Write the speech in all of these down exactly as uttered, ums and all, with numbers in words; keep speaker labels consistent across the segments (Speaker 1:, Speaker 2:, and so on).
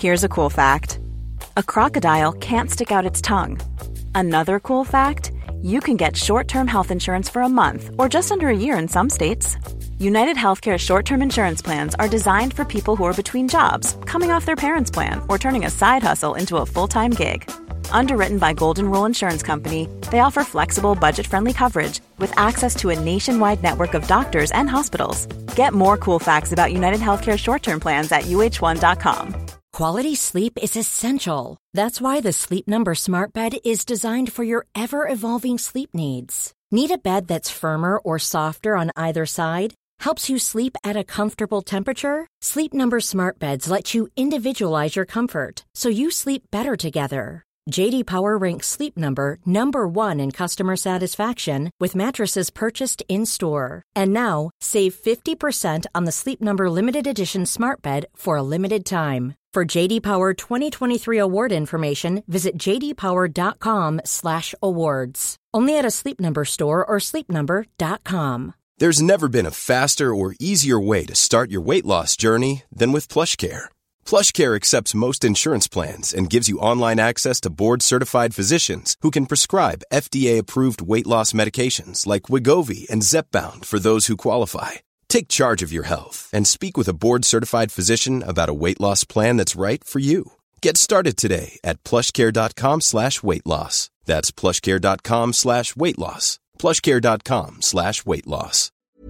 Speaker 1: Here's a cool fact. A crocodile can't stick out its tongue. Another cool fact, you can get short-term health insurance for a month or just under a year in some states. United Healthcare short-term insurance plans are designed for people who are between jobs, coming off their parents' plan, or turning a side hustle into a full-time gig. Underwritten by Golden Rule Insurance Company, they offer flexible, budget-friendly coverage with access to a nationwide network of doctors and hospitals. Get more cool facts about United Healthcare short-term plans at U H one dot com.
Speaker 2: Quality sleep is essential. That's why the Sleep Number Smart Bed is designed for your ever-evolving sleep needs. Need a bed that's firmer or softer on either side? Helps you sleep at a comfortable temperature? Sleep Number Smart Beds let you individualize your comfort so you sleep better together. J D Power ranks Sleep Number number one in customer satisfaction with mattresses purchased in-store. And now, save fifty percent on the Sleep Number Limited Edition Smart Bed for a limited time. For J D Power twenty twenty-three award information, visit j d power dot com slash awards. Only at a Sleep Number store or sleep number dot com.
Speaker 3: There's never been a faster or easier way to start your weight loss journey than with PlushCare. PlushCare accepts most insurance plans and gives you online access to board-certified physicians who can prescribe F D A-approved weight loss medications like Wegovy and Zepbound for those who qualify. Take charge of your health and speak with a board-certified physician about a weight loss plan that's right for you. Get started today at plushcare.com slash weight loss. That's plushcare.com slash weight loss. plushcare.com slash weight loss.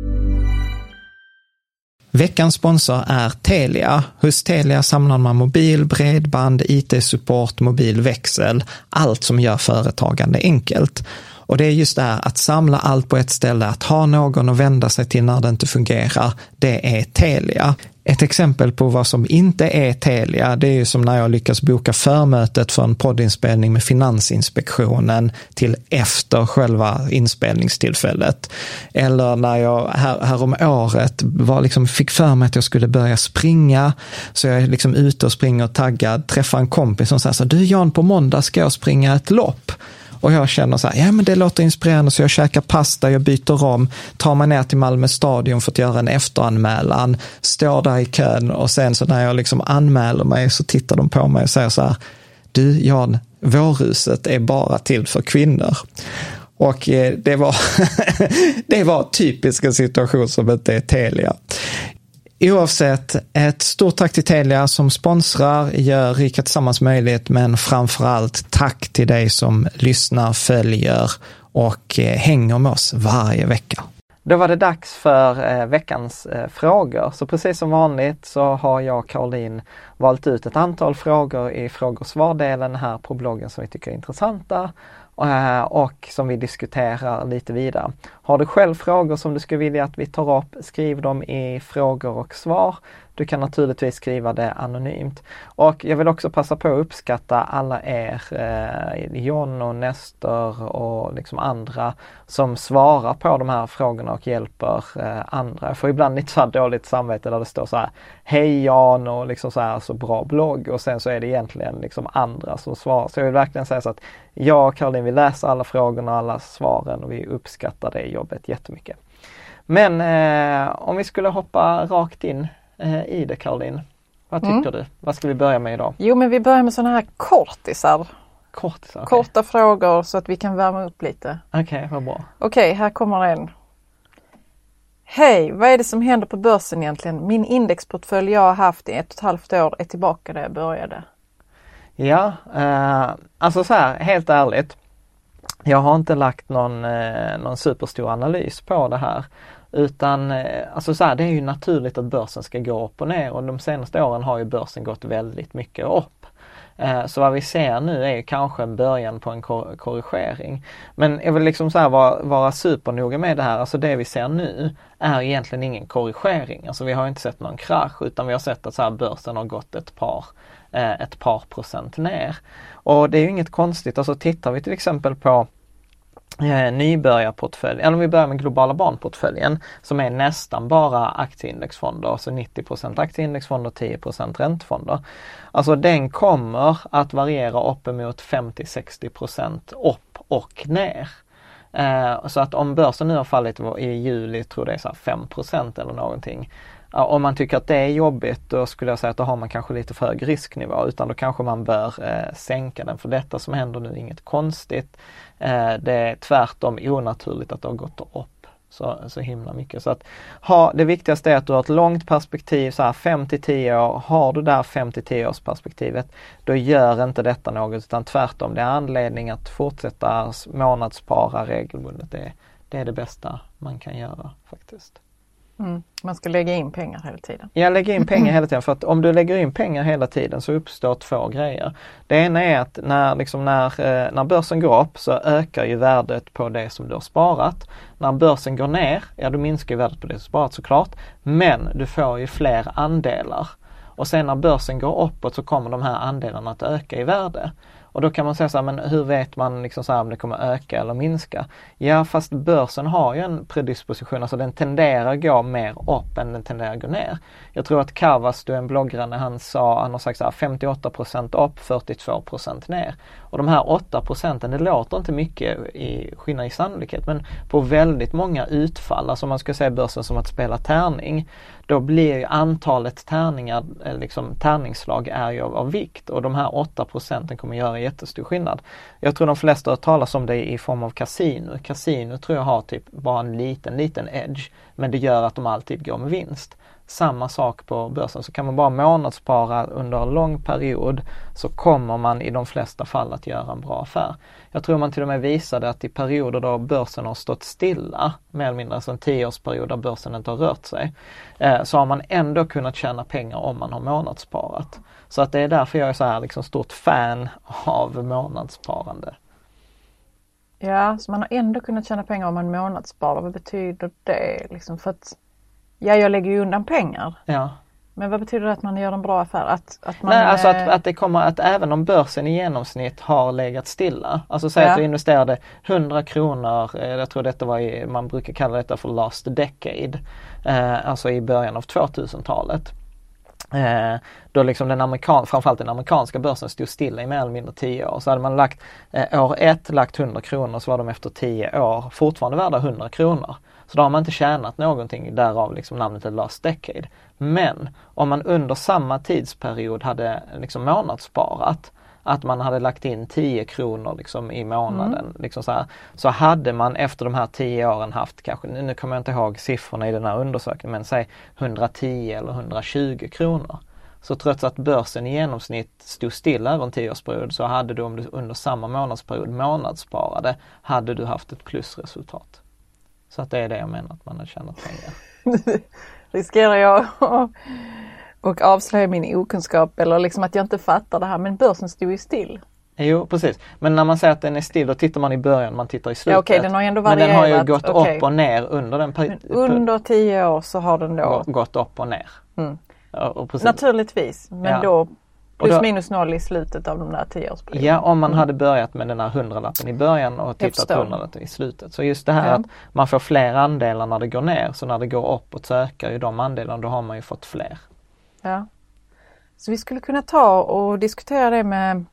Speaker 4: Veckans sponsor är Telia. Hos Telia samlar man mobil, bredband, I T-support, mobilväxel, allt som gör företagande enkelt. Och det är just det här att samla allt på ett ställe, att ha någon att vända sig till när det inte fungerar, det är Telia. Ett exempel på vad som inte är Telia, det är ju som när jag lyckas boka förmötet för en poddinspelning med Finansinspektionen till efter själva inspelningstillfället. Eller när jag här, här om året var liksom, fick för mig att jag skulle börja springa, så jag är liksom ute och springer och taggad, träffar en kompis som säger så här, du Jan, på måndag ska jag springa ett lopp. Och jag känner så här, ja men det låter inspirerande, så jag käkar pasta, jag byter om, tar mig ner till Malmö stadion för att göra en efteranmälan, står där i kön, och sen så när jag liksom anmäler mig så tittar de på mig och säger så här, du Jan, vårhuset är bara till för kvinnor. Och det var det var typisk en situation som inte är Telia. Oavsett, ett stort tack till Telia som sponsrar, gör Rika Tillsammans möjligt, men framförallt tack till dig som lyssnar, följer och hänger med oss varje vecka.
Speaker 5: Då var det dags för eh, veckans eh, frågor. Så precis som vanligt så har jag och Caroline valt ut ett antal frågor i fråg- och svardelen här på bloggen som vi tycker är intressanta eh, och som vi diskuterar lite vidare. Har du själv frågor som du skulle vilja att vi tar upp, skriv dem i frågor och svar. Du kan naturligtvis skriva det anonymt. Och jag vill också passa på att uppskatta alla er, eh, John och Nestor och liksom andra som svarar på de här frågorna och hjälper eh, andra. Jag får ibland lite så här dåligt samvete där det står så här, hej Jan, och liksom så här, så bra blogg, och sen så är det egentligen liksom andra som svarar. Så jag vill verkligen säga så att jag och Caroline, vi läser alla frågorna och alla svaren, och vi uppskattar det jobbet jättemycket. Men eh, om vi skulle hoppa rakt in i det, Caroline. Vad tycker mm. du? Vad ska vi börja med idag?
Speaker 6: Jo, men vi börjar med sådana här kortisar.
Speaker 5: Kortisar, okay.
Speaker 6: Korta frågor så att vi kan värma upp lite.
Speaker 5: Okej, okay, vad bra.
Speaker 6: Okej, okay, här kommer en. Hej, vad är det som händer på börsen egentligen? Min indexportfölj jag har haft i ett och ett halvt år är tillbaka där jag började.
Speaker 5: Ja, eh, alltså så här, helt ärligt. Jag har inte lagt någon, eh, någon superstor analys på det här. Utan alltså så här, det är ju naturligt att börsen ska gå upp och ner, och de senaste åren har ju börsen gått väldigt mycket upp. Eh, så vad vi ser nu är kanske en början på en kor- korrigering. Men jag vill liksom så här vara, vara supernoga med det här. Alltså det vi ser nu är egentligen ingen korrigering. Alltså vi har inte sett någon krasch, utan vi har sett att så här börsen har gått ett par, eh, ett par procent ner. Och det är ju inget konstigt. Alltså tittar vi till exempel på Eh, nybörjarportfölj, eller om vi börjar med globala barnportföljen som är nästan bara aktieindexfonder, alltså nittio procent aktieindexfonder och tio procent räntefonder. Alltså den kommer att variera uppemot femtio till sextio procent upp och ner. Eh, så att om börsen nu har fallit i juli, tror det är så här fem procent eller någonting, Ja, om man tycker att det är jobbigt, då skulle jag säga att då har man kanske lite för hög risknivå, utan då kanske man bör eh, sänka den. För detta som händer nu är inget konstigt. Eh, det är tvärtom onaturligt att det har gått upp så, så himla mycket. Så att ha, det viktigaste är att du har ett långt perspektiv, så här fem till tio år. Har du där fem till tio års perspektivet, då gör inte detta något, utan tvärtom. Det är anledning att fortsätta månadsspara regelbundet. Det, det är det bästa man kan göra faktiskt.
Speaker 6: Mm. Man ska lägga in pengar hela tiden.
Speaker 5: Ja, lägga in pengar hela tiden. För att om du lägger in pengar hela tiden så uppstår två grejer. Det ena är att när, liksom när, när börsen går upp så ökar ju värdet på det som du har sparat. När börsen går ner, ja då minskar ju värdet på det som du har sparat såklart. Men du får ju fler andelar. Och sen när börsen går uppåt så kommer de här andelarna att öka i värde. Och då kan man säga så här, men hur vet man liksom så här om det kommer öka eller minska? Ja, fast börsen har ju en predisposition, alltså den tenderar att gå mer upp än den tenderar att gå ner. Jag tror att Kavas, du är en bloggare, när han sa, han har sagt så här, femtioåtta procent upp, fyrtiotvå procent ner. Och de här åtta procenten, det låter inte mycket i skillnad i sannolikhet, men på väldigt många utfall, alltså man ska säga börsen som att spela tärning, då blir antalet tärningar, liksom tärningsslag är ju av, av vikt, och de här åtta procenten kommer göra jättestor skillnad. Jag tror de flesta har talat om det i form av kasino. Kasino tror jag har typ bara en liten, liten edge, men det gör att de alltid går med vinst. Samma sak på börsen, så kan man bara månadsspara under en lång period, så kommer man i de flesta fall att göra en bra affär. Jag tror man till och med visade att i perioder då börsen har stått stilla, mer eller mindre, alltså en tioårsperiod där börsen inte har rört sig, eh, så har man ändå kunnat tjäna pengar om man har månadssparat. Så att det är därför jag är så här liksom stort fan av månadssparande.
Speaker 6: Ja, så man har ändå kunnat tjäna pengar om man månadssparar. Vad betyder det? Liksom för att, ja, jag lägger ju undan pengar.
Speaker 5: Ja.
Speaker 6: Men vad betyder det att man gör en bra affär? Att, att man,
Speaker 5: Nej, alltså att, att det kommer att även om börsen i genomsnitt har legat stilla. Alltså säg ja. att du investerade hundra kronor, jag tror detta var i, man brukar kalla detta för last decade, eh, alltså i början av tvåtusentalet. Eh, då liksom den amerikan, framförallt den amerikanska börsen stod stilla i mer eller mindre tio år. Så hade man lagt eh, år ett lagt hundra kronor, så var de efter tio år fortfarande värda hundra kronor. Så då har man inte tjänat någonting, därav liksom namnet last decade. Men om man under samma tidsperiod hade liksom månadssparat, att man hade lagt in tio kronor liksom i månaden, mm. liksom så här, så hade man efter de här tio åren haft kanske, nu kommer jag inte ihåg siffrorna i den här undersökningen, men säg hundratio eller hundratjugo kronor. Så trots att börsen i genomsnitt stod stilla över en tioårsperiod, så hade du, om du under samma månadsperiod månadssparade, hade du haft ett plusresultat. Så att det är det jag menar, att man har tjänat pengar.
Speaker 6: Riskerar jag och avslöja min okunskap, eller liksom att jag inte fattar det här, men börsen stod ju still.
Speaker 5: Jo, precis. Men när man säger att den är still, då tittar man i början, man tittar i slutet.
Speaker 6: Ja, okej, den har ändå varierat.
Speaker 5: Men den har ju gått
Speaker 6: okay.
Speaker 5: upp och ner under den perioden.
Speaker 6: Under tio år så har den då
Speaker 5: gått upp och ner.
Speaker 6: Mm.
Speaker 5: Ja, och precis.
Speaker 6: Naturligtvis, men ja. då plus då, minus noll i slutet av de där tioårsperioderna.
Speaker 5: Ja, om man mm. hade börjat med den här hundralappen i början och tittat på hundralappen i slutet. Så just det här ja. att man får fler andelar när det går ner, så när det går upp och så ökar ju de andelarna, då har man ju fått fler.
Speaker 6: Ja. Så vi skulle kunna ta och diskutera det med,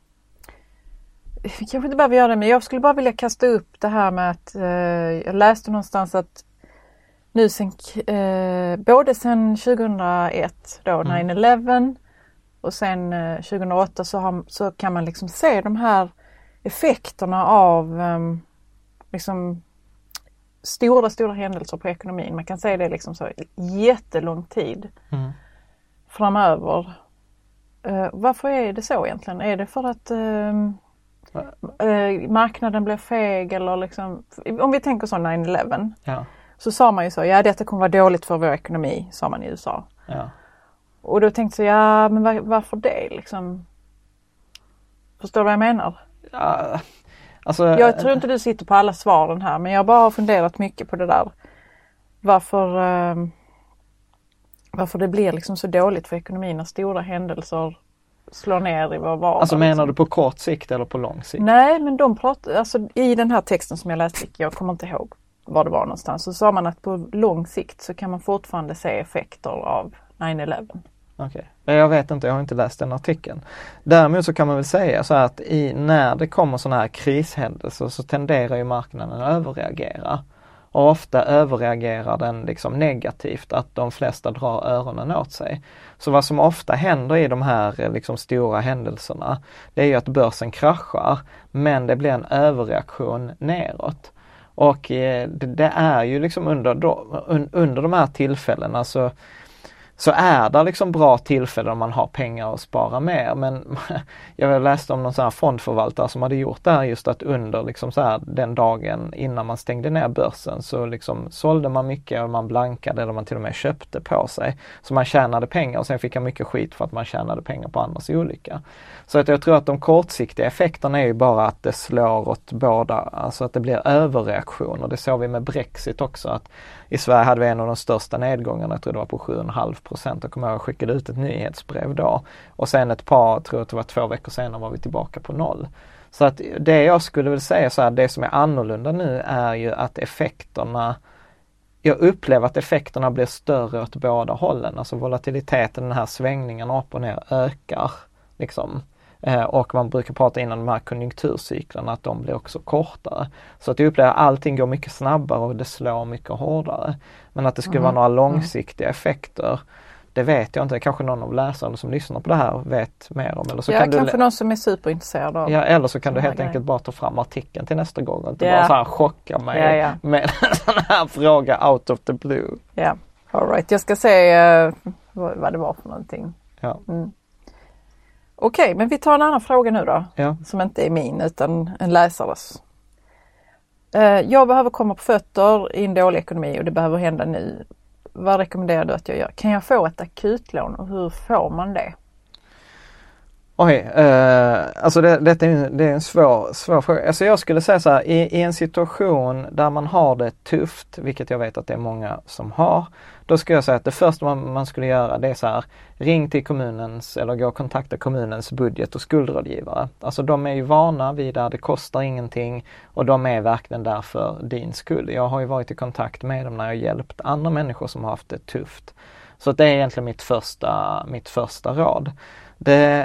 Speaker 6: vi kanske inte behöver göra det, men jag skulle bara vilja kasta upp det här med att eh, jag läste någonstans att nu sen, eh, både sedan tjugohundraett då, mm. nine eleven, och sen eh, tjugohundraåtta så, har, så kan man liksom se de här effekterna av eh, liksom stora, stora händelser på ekonomin. Man kan se det liksom så jättelång tid mm. framöver. Eh, varför är det så egentligen? Är det för att eh, eh, marknaden blir feg, eller liksom, om vi tänker så nine eleven,
Speaker 5: ja.
Speaker 6: så sa man ju så, ja detta kommer vara dåligt för vår ekonomi, sa man i U S A.
Speaker 5: Ja.
Speaker 6: Och då tänkte jag, ja men var, varför det liksom? Förstår du vad jag menar?
Speaker 5: Ja, alltså,
Speaker 6: jag tror inte du sitter på alla svaren här, men jag bara har funderat mycket på det där. Varför, eh, varför det blir liksom så dåligt för ekonomin när stora händelser slår ner i vår vardag.
Speaker 5: Alltså menar
Speaker 6: liksom.
Speaker 5: du på kort sikt eller på lång sikt?
Speaker 6: Nej, men de pratar, alltså i den här texten som jag läste, jag kommer inte ihåg var det var någonstans, så sa man att på lång sikt så kan man fortfarande se effekter av nine eleven.
Speaker 5: Okej, okay. Jag vet inte, jag har inte läst den artikeln. Däremot så kan man väl säga så att i, när det kommer sådana här krishändelser så tenderar ju marknaden att överreagera. Och ofta överreagerar den liksom negativt, att de flesta drar öronen åt sig. Så vad som ofta händer i de här liksom stora händelserna, det är ju att börsen kraschar, men det blir en överreaktion neråt. Och eh, det, det är ju liksom under, då, un, under de här tillfällena så Så är det liksom bra tillfällen om man har pengar att spara mer. Men jag läste om någon sån här fondförvaltare som hade gjort det här, just att under liksom så här, den dagen innan man stängde ner börsen så liksom sålde man mycket och man blankade, eller man till och med köpte på sig. Så man tjänade pengar, och sen fick jag mycket skit för att man tjänade pengar på andras olycka. Så att jag tror att de kortsiktiga effekterna är ju bara att det slår åt båda, alltså att det blir överreaktion. Och det såg vi med Brexit också, att i Sverige hade vi en av de största nedgångarna, jag tror det var på sju komma fem procent. Jag kommer ihåg att jag skickade ut ett nyhetsbrev då. Och sen ett par, tror jag det var två veckor senare, var vi tillbaka på noll. Så att det jag skulle vilja säga så här, det som är annorlunda nu är ju att effekterna, jag upplever att effekterna blir större åt båda hållen. Alltså volatiliteten, den här svängningen upp och ner ökar liksom. Eh, och man brukar prata innan de här konjunkturcyklarna att de blir också kortare. Så att jag upplever att allting går mycket snabbare och det slår mycket hårdare. Men att det skulle mm. vara några långsiktiga effekter, det vet jag inte. Kanske någon av läsarna som lyssnar på det här vet mer om. Eller så
Speaker 6: ja,
Speaker 5: kan
Speaker 6: kanske
Speaker 5: du,
Speaker 6: någon som är superintresserad av.
Speaker 5: Ja, eller så kan du helt
Speaker 6: grejer.
Speaker 5: enkelt bara ta fram artikeln till nästa gång och inte
Speaker 6: yeah.
Speaker 5: bara så här chocka mig
Speaker 6: yeah, yeah.
Speaker 5: med en sån här fråga out of the blue.
Speaker 6: Ja, yeah. All right. Jag ska se uh, vad, vad det var för någonting.
Speaker 5: Ja.
Speaker 6: Mm. Okej, okay, men vi tar en annan fråga nu då.
Speaker 5: Ja.
Speaker 6: Som inte är min utan en läsares. Uh, jag behöver komma på fötter i en dålig ekonomi och det behöver hända nu. Vad rekommenderar du att jag gör? Kan jag få ett akutlån och hur får man det?
Speaker 5: Oj, eh, alltså det, det, är, det är en svår, svår fråga. Alltså jag skulle säga så här, i, i en situation där man har det tufft, vilket jag vet att det är många som har, då skulle jag säga att det första man, man skulle göra, det är så här, ring till kommunens eller gå och kontakta kommunens budget- och skuldrådgivare. Alltså de är ju vana vid det, det kostar ingenting och de är verkligen där för din skull. Jag har ju varit i kontakt med dem när jag hjälpt andra människor som har haft det tufft. Så det är egentligen mitt första, mitt första råd. Det,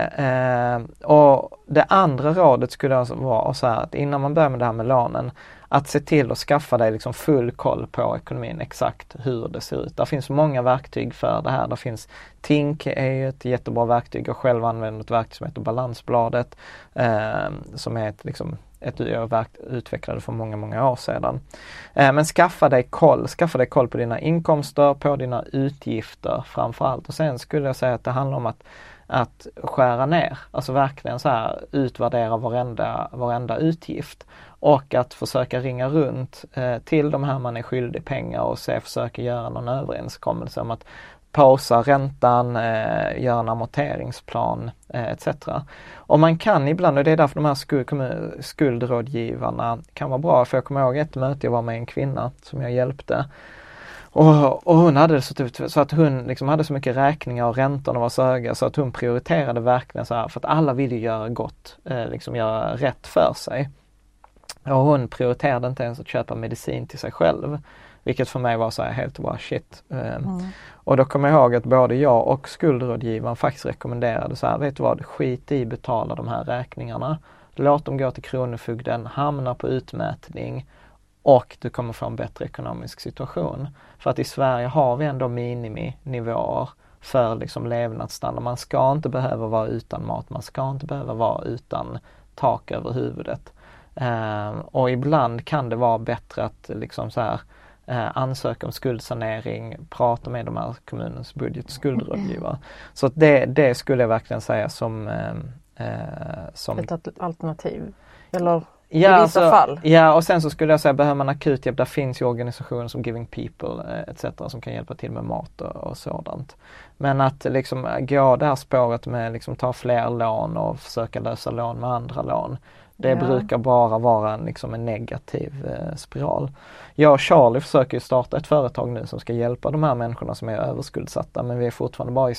Speaker 5: eh, och det andra rådet skulle alltså vara så här, att innan man börjar med det här med lånen, att se till att skaffa dig liksom full koll på ekonomin, exakt hur det ser ut. Det finns många verktyg för det här. Det finns Tink är ju ett jättebra verktyg. Jag själv använder ett verktyg som heter Balansbladet, eh, som är ett, liksom, ett jag utvecklade för många, många år sedan. Eh, men skaffa dig koll. Skaffa dig koll på dina inkomster, på dina utgifter framförallt. Och sen skulle jag säga att det handlar om att att skära ner, alltså verkligen så här utvärdera varenda, varenda utgift och att försöka ringa runt eh, till de här man är skyldig pengar och se, försöka göra någon överenskommelse om att pausa räntan, eh, göra en amorteringsplan eh, et cetera. Och man kan ibland, och det är därför de här skuld, skuldrådgivarna kan vara bra, för jag kommer ihåg ett möte, jag var med en kvinna som jag hjälpte. Och, och hon hade det så, ut, så att hon liksom hade så mycket räkningar och räntorna var så höga så att hon prioriterade verkligen så här, för att alla ville göra gott, eh, liksom göra rätt för sig. Och hon prioriterade inte ens att köpa medicin till sig själv, vilket för mig var så här helt bara shit. Eh, mm. Och då kommer jag ihåg att både jag och skuldrådgivaren faktiskt rekommenderade så här, vet du vad, skit i betala de här räkningarna. Låt dem gå till kronofogden, hamna på utmätning. Och du kommer få en bättre ekonomisk situation. För att i Sverige har vi ändå miniminivåer för liksom levnadsstandard. Man ska inte behöva vara utan mat, man ska inte behöva vara utan tak över huvudet. Eh, och ibland kan det vara bättre att liksom så här, eh, ansöka om skuldsanering, prata med de här kommunens budget- och skuldrådgivare. Så att det, det skulle jag verkligen säga som... Eh, som
Speaker 6: ett alternativ, eller...
Speaker 5: Ja,
Speaker 6: i vissa
Speaker 5: alltså,
Speaker 6: fall.
Speaker 5: Ja, och sen så skulle jag säga, behöver man akuthjälp, där finns ju organisationer som Giving People et cetera som kan hjälpa till med mat och, och sådant. Men att liksom gå det här spåret med liksom ta fler lån och försöka lösa lån med andra lån, det ja. brukar bara vara en, liksom en negativ eh, spiral. Jag och Charlie försöker ju starta ett företag nu som ska hjälpa de här människorna som är överskuldsatta, men vi är fortfarande bara i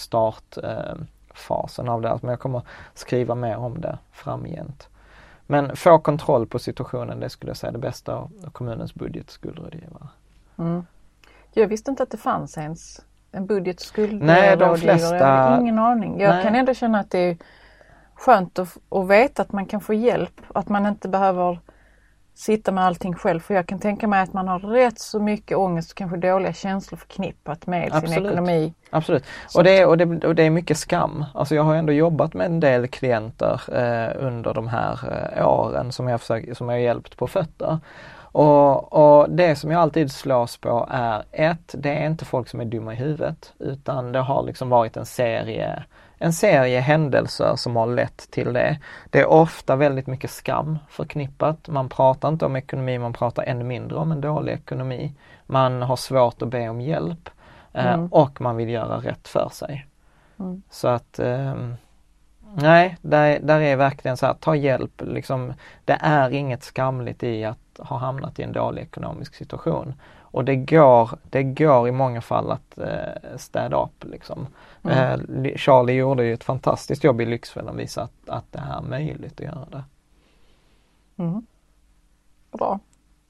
Speaker 5: startfasen eh, av det. Men jag kommer skriva mer om det framgent. Men få kontroll på situationen, det skulle jag säga det bästa av kommunens budget- och skuldrådgivare.
Speaker 6: Mm. Jag visste inte att det fanns ens en budget- och skuldrådgivare.
Speaker 5: Nej, de flesta...
Speaker 6: Jag har ingen aning. Jag
Speaker 5: Nej.
Speaker 6: kan ändå känna att det är skönt att, att veta att man kan få hjälp. Att man inte behöver sitta med allting själv. För jag kan tänka mig att man har rätt så mycket ångest och kanske dåliga känslor förknippat med
Speaker 5: Absolut.
Speaker 6: sin ekonomi.
Speaker 5: Absolut. Och det, är, och, det, och det är mycket skam. Alltså jag har ändå jobbat med en del klienter eh, under de här eh, åren som jag, försöker, som jag har hjälpt på fötter. Och, och det som jag alltid slås på är ett, det är inte folk som är dumma i huvudet, utan det har liksom varit en serie En serie händelser som har lett till det. Det är ofta väldigt mycket skam förknippat. Man pratar inte om ekonomi, man pratar ännu mindre om en dålig ekonomi. Man har svårt att be om hjälp mm. eh, och man vill göra rätt för sig. Mm. Så att eh, nej, där, där är verkligen så här, ta hjälp. Liksom, det är inget skamligt i att ha hamnat i en dålig ekonomisk situation. Och det går, det går i många fall att eh, städa upp. Liksom. Mm. Eh, Charlie gjorde ju ett fantastiskt jobb i Lyxfällan och visade att, att det här är möjligt att göra det.
Speaker 6: Mm. Bra.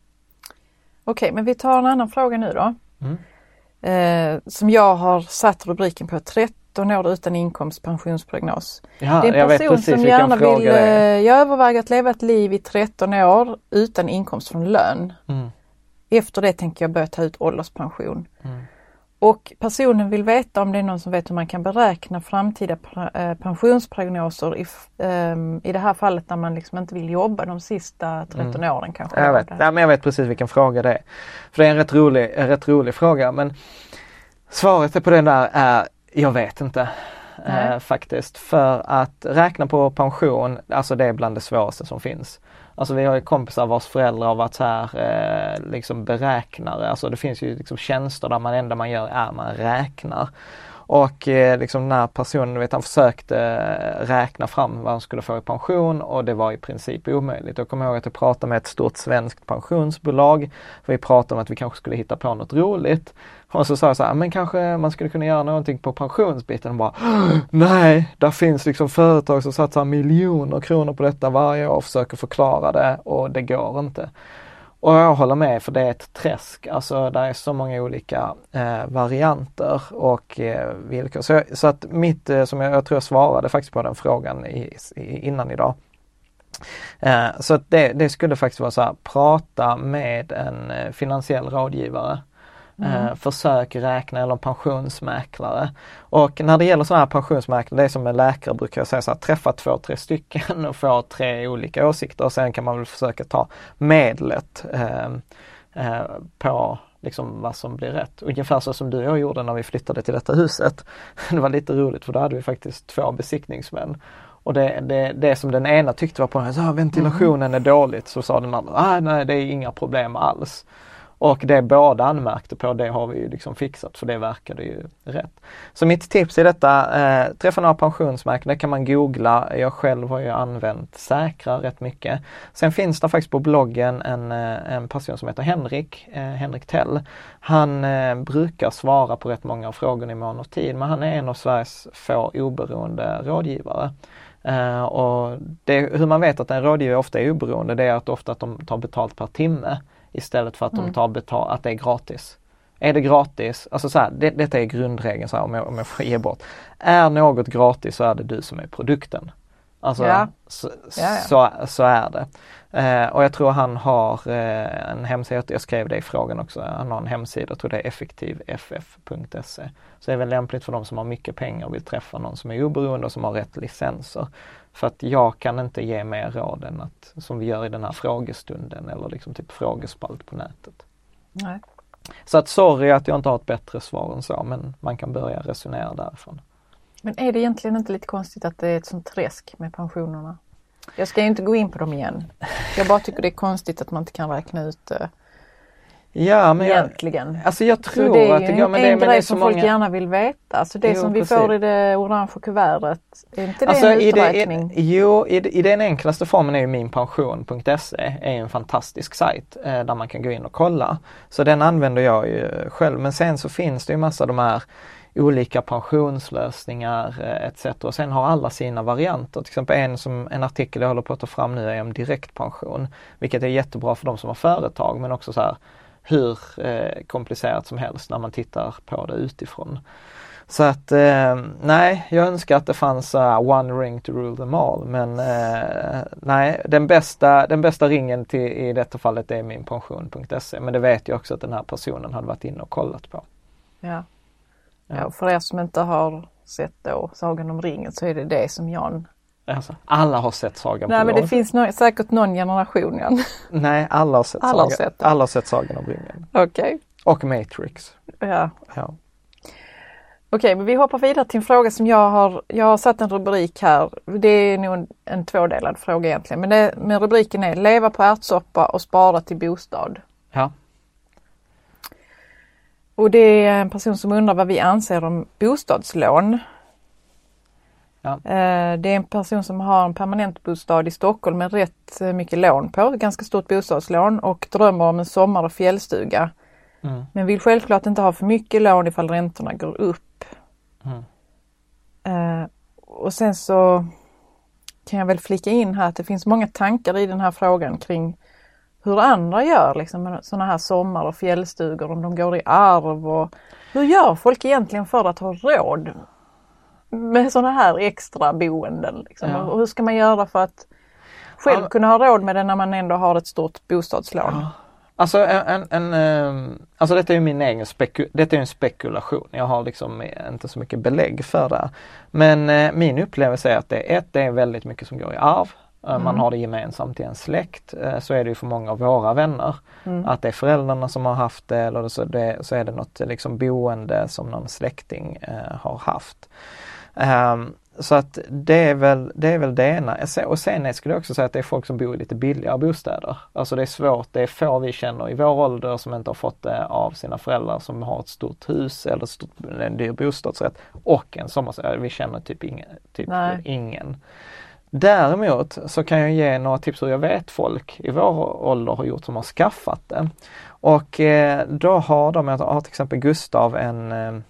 Speaker 6: Okej, men vi tar en annan fråga nu då. Mm. Eh, som jag har satt rubriken på tretton år utan inkomst, pensionsprognos.
Speaker 5: Ja,
Speaker 6: det är en
Speaker 5: jag
Speaker 6: person
Speaker 5: vet precis
Speaker 6: som gärna
Speaker 5: fråga
Speaker 6: vill,
Speaker 5: det är.
Speaker 6: Jag överväger att leva ett liv i tretton år utan inkomst från lön. Mm. Efter det tänker jag börja ta ut ålderspension. Mm. Och personen vill veta om det är någon som vet hur man kan beräkna framtida pensionsprognoser i, um, i det här fallet när man liksom inte vill jobba de sista tretton mm. åren kanske.
Speaker 5: Jag vet. Ja, men jag vet precis vilken fråga det är. För det är en rätt rolig, en rätt rolig fråga, men svaret på den där är jag vet inte. Eh, faktiskt. För att räkna på pension, alltså det är bland det svåraste som finns. Alltså vi har ju kompisar vars föräldrar har varit så här eh, liksom beräknare. Alltså det finns ju liksom tjänster där man enda man gör är man räknar. Och eh, liksom när personen, vet han försökte eh, räkna fram vad han skulle få i pension och det var i princip omöjligt. Jag kommer ihåg att jag pratade med ett stort svenskt pensionsbolag. För vi pratade om att vi kanske skulle hitta på något roligt. Och så sa jag så här, men kanske man skulle kunna göra någonting på pensionsbiten. Och bara, nej, där finns liksom företag som satsar miljoner kronor på detta varje år och försöker förklara det och det går inte. Och jag håller med, för det är ett träsk. Alltså där är så många olika eh, varianter och eh, villkor. Så, så att mitt, eh, som jag, jag tror jag svarade faktiskt på den frågan i, i, innan idag. Eh, så att det, det skulle faktiskt vara så här, prata med en eh, finansiell rådgivare. Mm. Eh, försök räkna eller pensionsmäklare. Och när det gäller sådana här pensionsmäklare, det är som en läkare brukar jag säga så här, träffa två, tre stycken och få tre olika åsikter och sen kan man väl försöka ta medlet eh, eh, på liksom vad som blir rätt. Ungefär så som du och jag gjorde när vi flyttade till detta huset. Det var lite roligt för då hade vi faktiskt två besiktningsmän. Och det, det, det som den ena tyckte var på den här, ventilationen är dåligt, så sa den andra, ah, nej det är inga problem alls. Och det båda anmärkte på, det har vi ju liksom fixat, för det verkade ju rätt. Så mitt tips är detta, eh, träffa några pensionsmäklare, kan man googla. Jag själv har ju använt Säkra rätt mycket. Sen finns det faktiskt på bloggen en, en person som heter Henrik, eh, Henrik Tell. Han eh, brukar svara på rätt många frågor i mån och tid, men han är en av Sveriges få oberoende rådgivare. Uh, och det, hur man vet att en rådgivare ofta är oberoende, det är att ofta att de tar betalt per timme istället för att mm. de tar betalt, att det är gratis. Är det gratis, alltså så här, det, detta är grundregeln så här, om, jag, om jag får ge bort. Är något gratis så är det du som är produkten. Alltså
Speaker 6: ja.
Speaker 5: Så,
Speaker 6: ja, ja.
Speaker 5: Så, så är det. Uh, och jag tror han har uh, en hemsida, jag skrev det i frågan också, han har en hemsida, jag tror det är effektiv f f punkt se. Så det är väl lämpligt för de som har mycket pengar och vill träffa någon som är oberoende och som har rätt licenser. För att jag kan inte ge mer råd än att, som vi gör i den här frågestunden eller liksom typ frågespalt på nätet.
Speaker 6: Nej.
Speaker 5: Så att sorry att jag inte har ett bättre svar än så, men man kan börja resonera därifrån.
Speaker 6: Men är det egentligen inte lite konstigt att det är ett sånt träsk med pensionerna? Jag ska ju inte gå in på dem igen. Jag bara tycker det är konstigt att man inte kan räkna ut det.
Speaker 5: Ja, men
Speaker 6: egentligen.
Speaker 5: Jag, alltså jag tror
Speaker 6: det är
Speaker 5: att det går, men det,
Speaker 6: en
Speaker 5: men
Speaker 6: grej
Speaker 5: det är så
Speaker 6: som
Speaker 5: många...
Speaker 6: folk gärna vill veta. Alltså det
Speaker 5: jo,
Speaker 6: som vi
Speaker 5: precis.
Speaker 6: får i det orange kuvertet, är inte det
Speaker 5: alltså
Speaker 6: en
Speaker 5: i
Speaker 6: uträkning?
Speaker 5: Det, i, jo, i, i den enklaste formen är ju minpension punkt se är en fantastisk sajt eh, där man kan gå in och kolla. Så den använder jag ju själv. Men sen så finns det ju massa de här olika pensionslösningar eh, et cetera. Och sen har alla sina varianter. Till exempel en, som, en artikel jag håller på att ta fram nu är om direktpension. Vilket är jättebra för de som har företag, men också så här hur eh, komplicerat som helst när man tittar på det utifrån. Så att eh, nej, jag önskar att det fanns uh, one ring to rule them all. Men eh, nej, den bästa, den bästa ringen till, i detta fallet är min pension punkt se. Men det vet jag också att den här personen hade varit inne och kollat på.
Speaker 6: Ja. Ja, för er som inte har sett då Sagan om ringen så är det det som Jan...
Speaker 5: Alltså, alla har sett Sagan
Speaker 6: Nej,
Speaker 5: på
Speaker 6: men
Speaker 5: lån.
Speaker 6: det finns no- säkert någon generation, Jan.
Speaker 5: Nej, alla har sett,
Speaker 6: alla
Speaker 5: sagan,
Speaker 6: har sett,
Speaker 5: alla har sett Sagan om ringen.
Speaker 6: Okej. Okay.
Speaker 5: Och Matrix.
Speaker 6: Ja.
Speaker 5: Ja.
Speaker 6: Okej, okay, men vi hoppar vidare till en fråga som jag har, jag har satt en rubrik här. Det är nog en, en tvådelad fråga egentligen. Men, det, men rubriken är leva på ärtsoppa och spara till bostad.
Speaker 5: Ja.
Speaker 6: Och det är en person som undrar vad vi anser om bostadslån.
Speaker 5: Ja.
Speaker 6: Det är en person som har en permanent bostad i Stockholm med rätt mycket lån på, ganska stort bostadslån och drömmer om en sommar- och fjällstuga. Mm. Men vill självklart inte ha för mycket lån ifall räntorna går upp. Mm. Uh, och sen så kan jag väl flika in här att det finns många tankar i den här frågan kring hur andra gör liksom sådana här sommar- och fjällstugor, om de går i arv och hur gör folk egentligen för att ha råd med sådana här extra boenden liksom? Ja. Och hur ska man göra för att själv ja. kunna ha råd med det när man ändå har ett stort bostadslån? Ja.
Speaker 5: Alltså, en, en, en, alltså detta är ju min egen speku- detta är en spekulation. Jag har liksom inte så mycket belägg för det. Men eh, min upplevelse är att det är ett, det är väldigt mycket som går i arv. Mm. Man har det gemensamt i en släkt. Eh, så är det ju för många av våra vänner. Mm. Att det är föräldrarna som har haft det eller så, det, så är det något liksom boende som någon släkting eh, har haft. Um, så att det är väl det, är väl det ena. Och sen skulle jag också säga att det är folk som bor i lite billigare bostäder. Alltså det är svårt, det är få vi känner i vår ålder som inte har fått det av sina föräldrar som har ett stort hus eller ett stort, en dyr bostadsrätt och en sommarstuga. Vi känner typ ingen. Typ ingen. Däremot så kan jag ge några tips hur jag vet folk i vår ålder har gjort som har skaffat det. Och eh, då har de, jag har till exempel Gustav, en eh,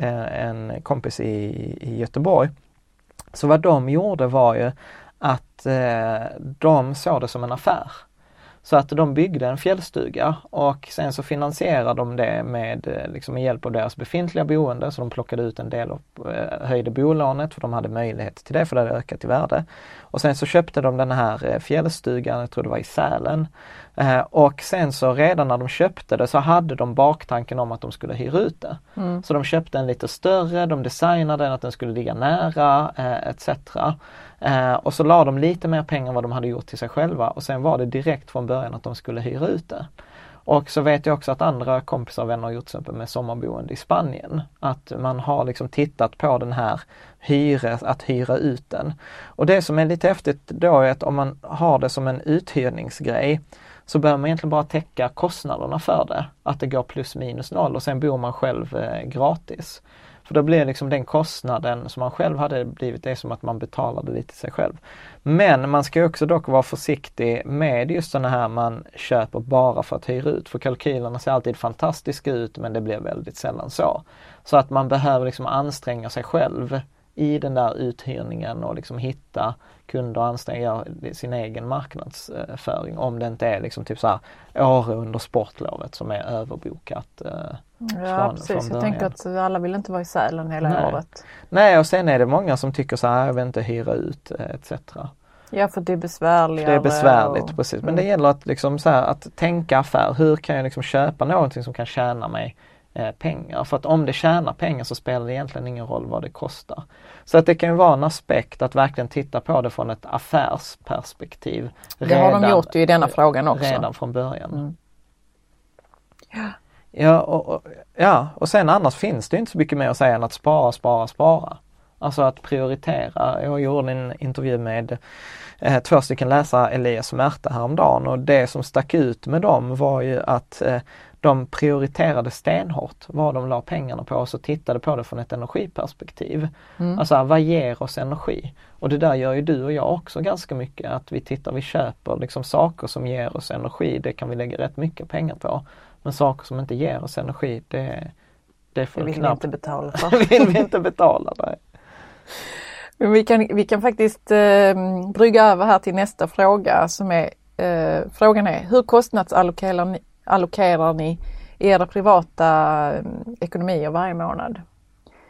Speaker 5: en kompis i, i Göteborg. Så vad de gjorde var ju att eh, de såg det som en affär. Så att de byggde en fjällstuga och sen så finansierade de det med, liksom med hjälp av deras befintliga boende. Så de plockade ut en del och eh, höjde bolånet för de hade möjlighet till det för det hade ökat i värde. Och sen så köpte de den här fjällstugan, jag tror det var i Sälen. Eh, och sen så redan när de köpte det så hade de baktanken om att de skulle hyra ut det. Mm. Så de köpte en lite större, de designade den att den skulle ligga nära eh, et cetera. Eh, och så la de lite mer pengar än vad de hade gjort till sig själva och sen var det direkt från början att de skulle hyra ut det. Och så vet jag också att andra kompisar och vänner har gjort till exempel med sommarboende i Spanien. Att man har liksom tittat på den här hyra, att hyra ut den. Och det som är lite häftigt då är att om man har det som en uthyrningsgrej så behöver man egentligen bara täcka kostnaderna för det. Att det går plus minus noll och sen bor man själv eh, gratis. För då blir liksom den kostnaden som man själv hade blivit det som att man betalade lite sig själv. Men man ska också dock vara försiktig med just sådana här man köper bara för att hyra ut. För kalkylerna ser alltid fantastiska ut men det blir väldigt sällan så. Så att man behöver liksom anstränga sig själv i den där uthyrningen och liksom hitta kunder och anstränga sin egen marknadsföring. Om det inte är liksom typ så här år under sportlovet som är överbokat.
Speaker 6: Ja, från, precis. Från jag tänker att alla vill inte vara i Sälen hela
Speaker 5: Nej.
Speaker 6: året.
Speaker 5: Nej, och sen är det många som tycker så här, jag vill inte hyra ut et cetera.
Speaker 6: Ja, för det är besvärligare.
Speaker 5: Det är besvärligt,
Speaker 6: och...
Speaker 5: precis. Men det gäller att, liksom så här, att tänka affär. Hur kan jag liksom köpa någonting som kan tjäna mig eh, pengar? För att om det tjänar pengar så spelar det egentligen ingen roll vad det kostar. Så att det kan ju vara en aspekt att verkligen titta på det från ett affärsperspektiv.
Speaker 6: Det redan, har de gjort i denna frågan också.
Speaker 5: Redan från början.
Speaker 6: Mm. Ja.
Speaker 5: Ja och, och, ja, och sen annars finns det inte så mycket mer att säga än att spara, spara, spara. Alltså att prioritera. Jag gjorde en intervju med eh, två stycken läsare, Elias och Märta, häromdagen. Och det som stack ut med dem var ju att eh, de prioriterade stenhårt vad de la pengarna på och så tittade på det från ett energiperspektiv. Mm. Alltså vad ger oss energi? Och det där gör ju du och jag också ganska mycket. Att vi tittar, vi köper liksom saker som ger oss energi. Det kan vi lägga rätt mycket pengar på. Men saker som inte ger oss energi, det, det, får
Speaker 6: det vill
Speaker 5: knappt.
Speaker 6: vi inte betala
Speaker 5: för. Det vill vi inte betala, nej.
Speaker 6: Men vi kan, vi kan faktiskt eh, brygga över här till nästa fråga som är, eh, frågan är, hur kostnadsallokerar ni, allokerar ni era privata eh, ekonomier varje månad?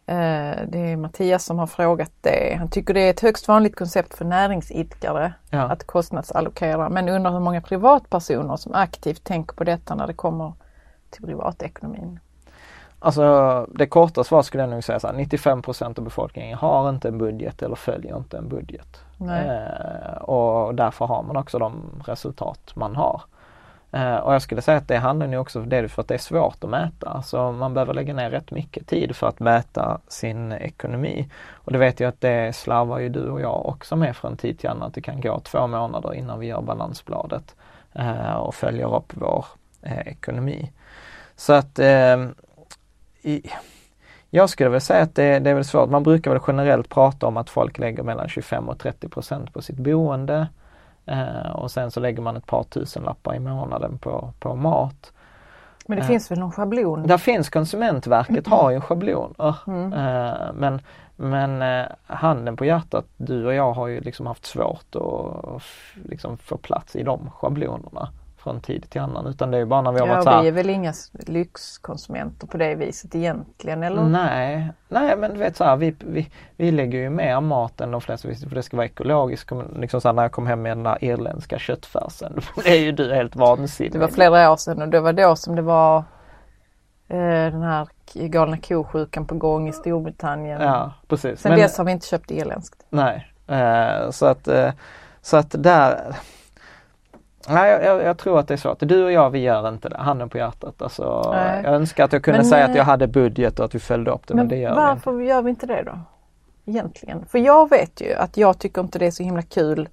Speaker 6: Eh, det är Mattias som har frågat det. Han tycker det är ett högst vanligt koncept för näringsidkare ja. att kostnadsallokera. Men undrar hur många privatpersoner som aktivt tänker på detta när det kommer till privatekonomin.
Speaker 5: Alltså det korta svaret skulle jag nog säga så här, nittiofem procent av befolkningen har inte en budget eller följer inte en budget. Eh, och därför har man också de resultat man har. Eh, och jag skulle säga att det handlar ju också det för att det är svårt att mäta. Så man behöver lägga ner rätt mycket tid för att mäta sin ekonomi. Och det vet jag att det slarvar ju du och jag också med från tid till annan. Att det kan gå två månader innan vi gör balansbladet eh, och följer upp vår eh, ekonomi. Så att eh, i, jag skulle väl säga att det, det är väl svårt. Man brukar väl generellt prata om att folk lägger mellan tjugofem och trettio procent på sitt boende. Eh, och sen så lägger man ett par tusen lappar i månaden på, på mat.
Speaker 6: Men det
Speaker 5: eh,
Speaker 6: finns väl någon schablon?
Speaker 5: Där finns Konsumentverket, har ju schabloner.
Speaker 6: Mm.
Speaker 5: Eh, men men eh, handen på hjärtat, du och jag har ju liksom haft svårt att liksom få plats i de schablonerna från tid till annan. Utan det är ju bara när vi har
Speaker 6: ja,
Speaker 5: varit så här.
Speaker 6: Vi är väl inga lyxkonsumenter på det viset egentligen, eller?
Speaker 5: Nej, nej men du vet så här, vi, vi, vi lägger ju mer mat än de flesta, för det ska vara ekologiskt. Liksom så här, när jag kom hem med den där irländska köttfärsen, det är ju du helt vansinnig.
Speaker 6: Det var flera år sedan och det var då som det var eh, den här galna kosjukan på gång i Storbritannien.
Speaker 5: Ja, precis.
Speaker 6: Sen men, dess har vi inte köpt irländskt.
Speaker 5: Nej, eh, så att eh, så att där. Nej, jag, jag tror att det är så att du och jag, vi gör inte det. Handen på hjärtat. Alltså, jag önskar att jag kunde men, säga att jag hade budget och att vi följde upp det, men, men det gör
Speaker 6: varför
Speaker 5: vi inte.
Speaker 6: gör vi inte det då? Egentligen. För jag vet ju att jag tycker inte det är så himla kul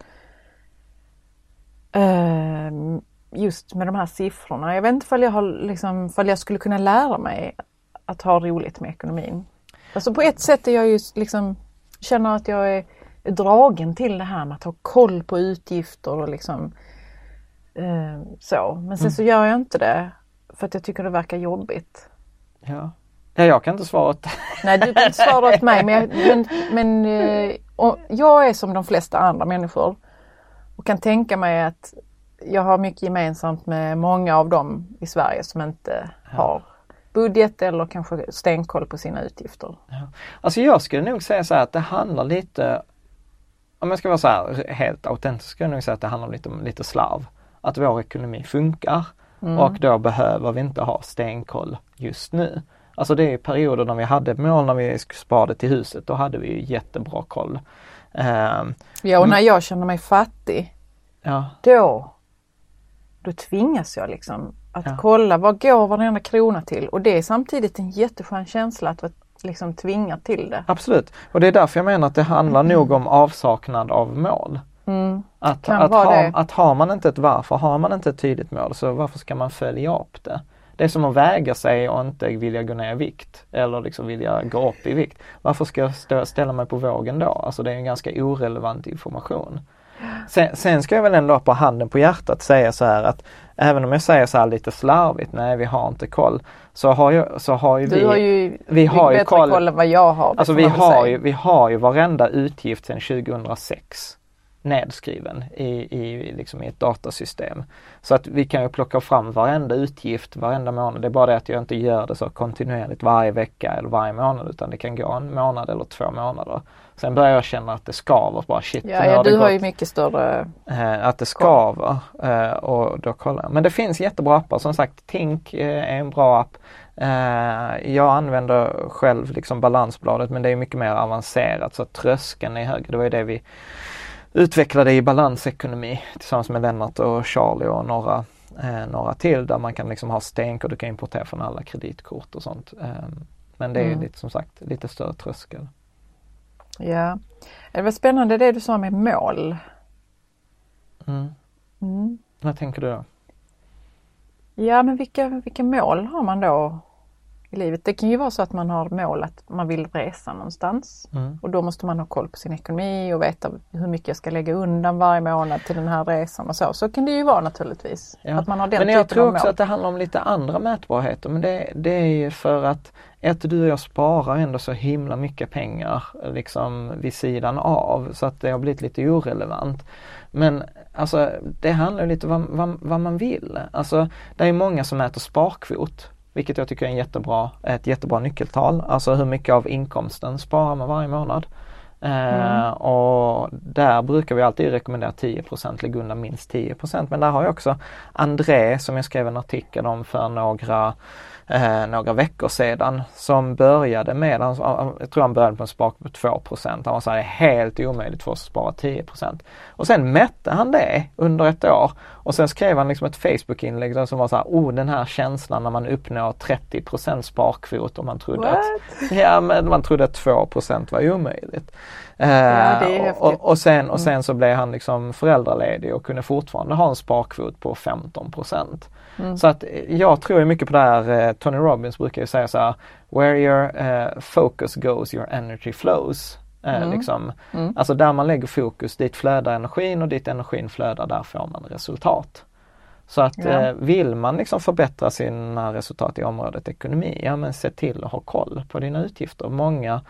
Speaker 6: eh, just med de här siffrorna. Jag vet inte ifall jag, har, liksom, ifall jag skulle kunna lära mig att ha roligt med ekonomin. Alltså på ett sätt är jag ju liksom, känner att jag är dragen till det här med att ha koll på utgifter och liksom Uh, så. Men sen mm. så gör jag inte det för att jag tycker det verkar jobbigt.
Speaker 5: Ja, ja jag kan inte svara åt
Speaker 6: Nej, du kan inte svara åt mig. Men, jag, men, men uh, och jag är som de flesta andra människor och kan tänka mig att jag har mycket gemensamt med många av dem i Sverige som inte ja. har budget eller kanske stenkoll på sina utgifter.
Speaker 5: Ja. Alltså jag skulle nog säga så här att det handlar lite, om jag ska vara så här helt autentisk, skulle jag nog säga att det handlar lite om lite slarv. Att vår ekonomi funkar mm. och då behöver vi inte ha stenkoll just nu. Alltså det är perioder när vi hade mål, när vi sparade till huset, då hade vi ju jättebra koll. Um,
Speaker 6: ja, och när jag känner mig fattig,
Speaker 5: ja.
Speaker 6: då, då tvingas jag liksom att ja. kolla vad går varenda krona till. Och det är samtidigt en jätteskön känsla att liksom tvinga till det.
Speaker 5: Absolut, och det är därför jag menar att det handlar mm. nog om avsaknad av mål.
Speaker 6: Mm.
Speaker 5: Att, att, ha, att har man inte ett varför, har man inte ett tydligt mål, så varför ska man följa upp det? Det är som att väga sig och inte vilja gå ner i vikt eller liksom vilja gå upp i vikt. Varför ska jag stå, ställa mig på vågen då? Alltså det är en ganska orelevant information. Sen, sen ska jag väl ändå på handen på hjärtat säga så här att även om jag säger så här lite slarvigt, nej vi har inte koll, så har ju, så har ju vi...
Speaker 6: Du har ju
Speaker 5: vi har ju koll,
Speaker 6: koll än vad jag har.
Speaker 5: Alltså vi har, ju, vi har ju varenda utgift sedan tjugohundrasex nedskriven i, i, liksom i ett datasystem. Så att vi kan ju plocka fram varenda utgift, varenda månad. Det är bara det att jag inte gör det så kontinuerligt varje vecka eller varje månad, utan det kan gå en månad eller två månader. Sen börjar jag känna att det skaver. Bara shit.
Speaker 6: Ja, ja du har gått, ju mycket större...
Speaker 5: Eh, att det skaver. Eh, och då kollar jag. Men det finns jättebra appar. Som sagt, Tink eh, är en bra app. Eh, jag använder själv liksom balansbladet, men det är mycket mer avancerat. Så att tröskeln är högre. Det var ju det vi utvecklade i balansekonomi tillsammans med Lennart och Charlie och några, eh, några till, där man kan liksom ha stenkoll, du kan importera från alla kreditkort och sånt. Eh, men det är ju mm. lite, som sagt, lite större tröskel.
Speaker 6: Ja, det var spännande det du sa med mål.
Speaker 5: Mm.
Speaker 6: Mm.
Speaker 5: Vad tänker du då?
Speaker 6: Ja, men vilka, vilka mål har man då i livet? Det kan ju vara så att man har mål att man vill resa någonstans. Mm. Och då måste man ha koll på sin ekonomi och veta hur mycket jag ska lägga undan varje månad till den här resan och så. Så kan det ju vara naturligtvis.
Speaker 5: Ja.
Speaker 6: Att man har den
Speaker 5: men
Speaker 6: jag
Speaker 5: jag tror också
Speaker 6: mål.
Speaker 5: Att det handlar om lite andra mätbarheter. Men det, det är ju för att ett, du och jag sparar ändå så himla mycket pengar liksom vid sidan av. Så att det har blivit lite irrelevant. Men alltså det handlar lite om vad, vad, vad man vill. Alltså det är många som mäter sparkvot. vilket jag tycker är en jättebra, ett jättebra nyckeltal. Alltså hur mycket av inkomsten sparar man varje månad. Mm. Uh, och där brukar vi alltid rekommendera tio procent, lägg undan minst tio procent. Men där har jag också André som jag skrev en artikel om för några Eh, några veckor sedan som började med, han, jag tror han började på en spark på två procent. Han var så här, helt omöjligt för oss att spara tio procent. Och sen mätte han det under ett år och sen skrev han liksom ett Facebook-inlägg där som var så här, oh den här känslan när man uppnår trettio procent sparkvot och man trodde att, ja, men man trodde att två procent var omöjligt. Eh,
Speaker 6: ja, det är häftigt.
Speaker 5: och, och, sen, och sen så blev han liksom föräldraledig och kunde fortfarande ha en sparkvot på femton procent. Mm. Så att jag tror mycket på det här, eh, Tony Robbins brukar ju säga så här, where your eh, focus goes, your energy flows. Eh, mm. Liksom. Mm. Alltså där man lägger fokus, dit flödar energin och dit energin flödar, där får man resultat. Så att ja. eh, vill man liksom förbättra sina resultat i området ekonomi, ja men se till att ha koll på dina utgifter. Många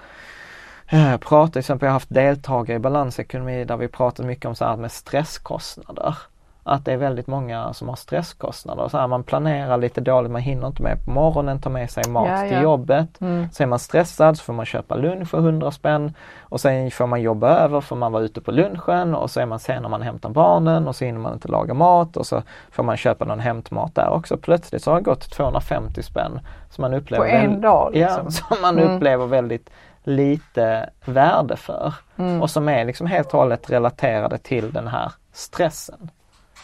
Speaker 5: eh, pratar, till exempel jag har haft deltagare i balansekonomi där vi pratar mycket om så här med stresskostnader. Att det är väldigt många som har stresskostnader. Så här, man planerar lite dåligt, man hinner inte med på morgonen, tar med sig mat ja, till ja. jobbet. Mm. Så är man stressad så får man köpa lunch för hundra spänn. Och sen får man jobba över för man var ute på lunchen. Och så är man sen när man hämtar barnen och så hinner man inte laga mat. Och så får man köpa någon hämtmat där också. Plötsligt så har det gått tvåhundrafemtio spänn. Som man upplever
Speaker 6: på en väl, dag liksom.
Speaker 5: Ja, som man mm. upplever väldigt lite värde för. Mm. Och som är liksom helt och hållet relaterade till den här stressen.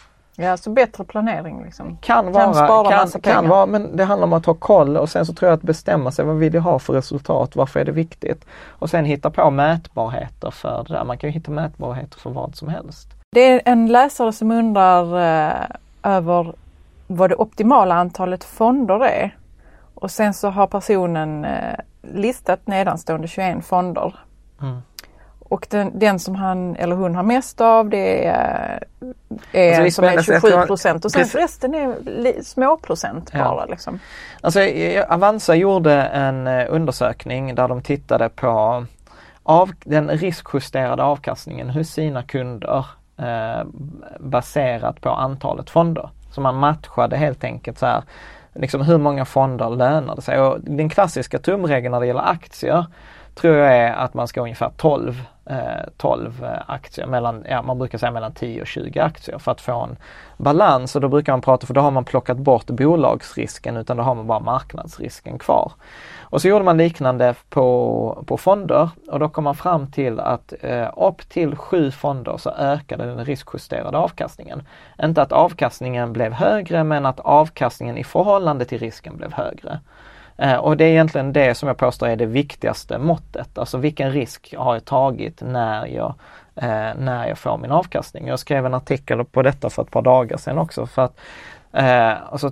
Speaker 6: Ja, så bättre planering liksom.
Speaker 5: Kan vara, kan, kan, kan vara, men det handlar om att ha koll och sen så tror jag att bestämma sig vad vill jag ha för resultat, varför är det viktigt. Och sen hitta på mätbarheter för det där. Man kan ju hitta mätbarheter för vad som helst.
Speaker 6: Det är en läsare som undrar eh, över vad det optimala antalet fonder är. Och sen så har personen eh, listat nedanstående tjugoett fonder. Mm. Och den, den som han eller hon har mest av det är, är alltså, som är tjugosju procent och sen precis. Resten är li, små procent bara. Ja. Liksom.
Speaker 5: Alltså, Avanza gjorde en undersökning där de tittade på av, den riskjusterade avkastningen hos sina kunder eh, baserat på antalet fonder. Så man matchade helt enkelt så här, liksom hur många fonder lönade sig. Och den klassiska tumregeln när det gäller aktier tror jag är att man ska ha ungefär tolv, eh, tolv aktier, mellan, ja, man brukar säga mellan tio och tjugo aktier för att få en balans. Och då brukar man prata, för då har man plockat bort bolagsrisken utan då har man bara marknadsrisken kvar. Och så gjorde man liknande på, på fonder och då kom man fram till att eh, upp till sju fonder så ökade den riskjusterade avkastningen. Inte att avkastningen blev högre men att avkastningen i förhållande till risken blev högre. Eh, och det är egentligen det som jag påstår är det viktigaste måttet. Alltså vilken risk har jag tagit när jag, eh, när jag får min avkastning. Jag skrev en artikel på detta för ett par dagar sedan också. För att, eh, alltså,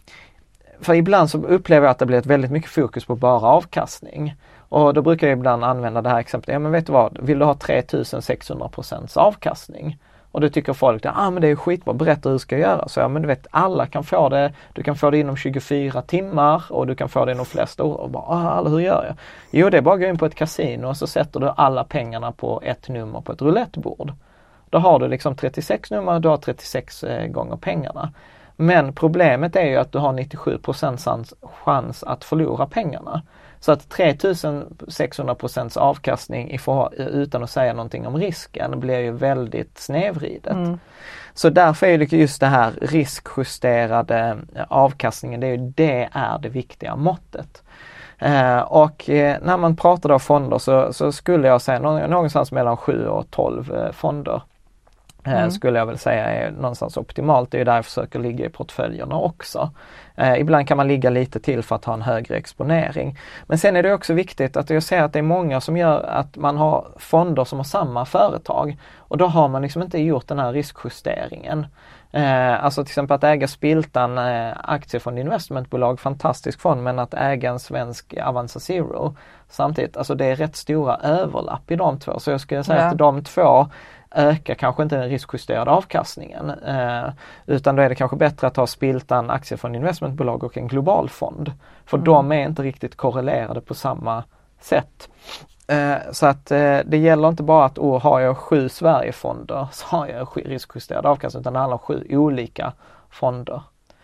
Speaker 5: för ibland så upplever jag att det blir ett väldigt mycket fokus på bara avkastning. Och då brukar jag ibland använda det här exemplet. Ja men vet du vad, vill du ha tre tusen sexhundra procent avkastning? Och då tycker folk att ah, men det är skitbra, berätta hur du ska göra. Så ja, men du vet, alla kan få det. Du kan få det inom tjugofyra timmar och du kan få det inom flesta år. Och bara, ah, hur gör jag? Jo, det är bara att gå in på ett kasino och så sätter du alla pengarna på ett nummer på ett roulettebord. Då har du liksom trettiosex nummer, du har trettiosex eh, gånger pengarna. Men problemet är ju att du har nittiosju procent chans att förlora pengarna. Så att tre tusen sexhundra procent avkastning i för, utan att säga någonting om risken blir ju väldigt snedvridet. Mm. Så därför är det just det här riskjusterade avkastningen, det är ju det är det viktiga måttet. Eh, och eh, när man pratar då fonder så, så skulle jag säga någonstans mellan sju och tolv eh, fonder. Mm. Skulle jag väl säga är någonstans optimalt. Det är ju där jag försöker ligga i portföljerna också. Eh, ibland kan man ligga lite till för att ha en högre exponering. Men sen är det också viktigt att jag ser att det är många som gör att man har fonder som har samma företag. Och då har man liksom inte gjort den här riskjusteringen. Eh, alltså till exempel att äga Spiltan eh, aktiefond investmentbolag, fantastisk fond, men att äga en svensk Avanza Zero samtidigt. Alltså det är rätt stora överlapp i de två. Så jag skulle säga ja. att de två ökar kanske inte den riskjusterade avkastningen. Eh, utan då är det kanske bättre att ha Spiltan aktiefond investmentbolag och en global fond. För mm. de är inte riktigt korrelerade på samma sätt. Eh, så att eh, det gäller inte bara att oh, har jag sju Sverigefonder så har jag riskjusterad avkastning, utan det handlar om sju olika fonder.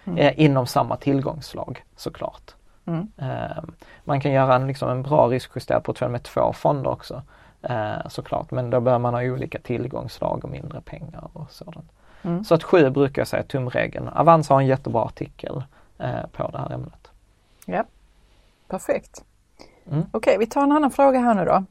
Speaker 5: mm. eh, inom samma tillgångslag såklart.
Speaker 6: Mm.
Speaker 5: Eh, man kan göra en, liksom en bra riskjusterad portfölj med två fonder också eh, såklart, men då bör man ha olika tillgångslag och mindre pengar och sådant. Mm. Så att sju brukar jag säga tumregeln. Avanza har en jättebra artikel eh, på det här ämnet.
Speaker 6: Ja, perfekt.
Speaker 5: Mm.
Speaker 6: Okej, vi tar en annan fråga här nu då.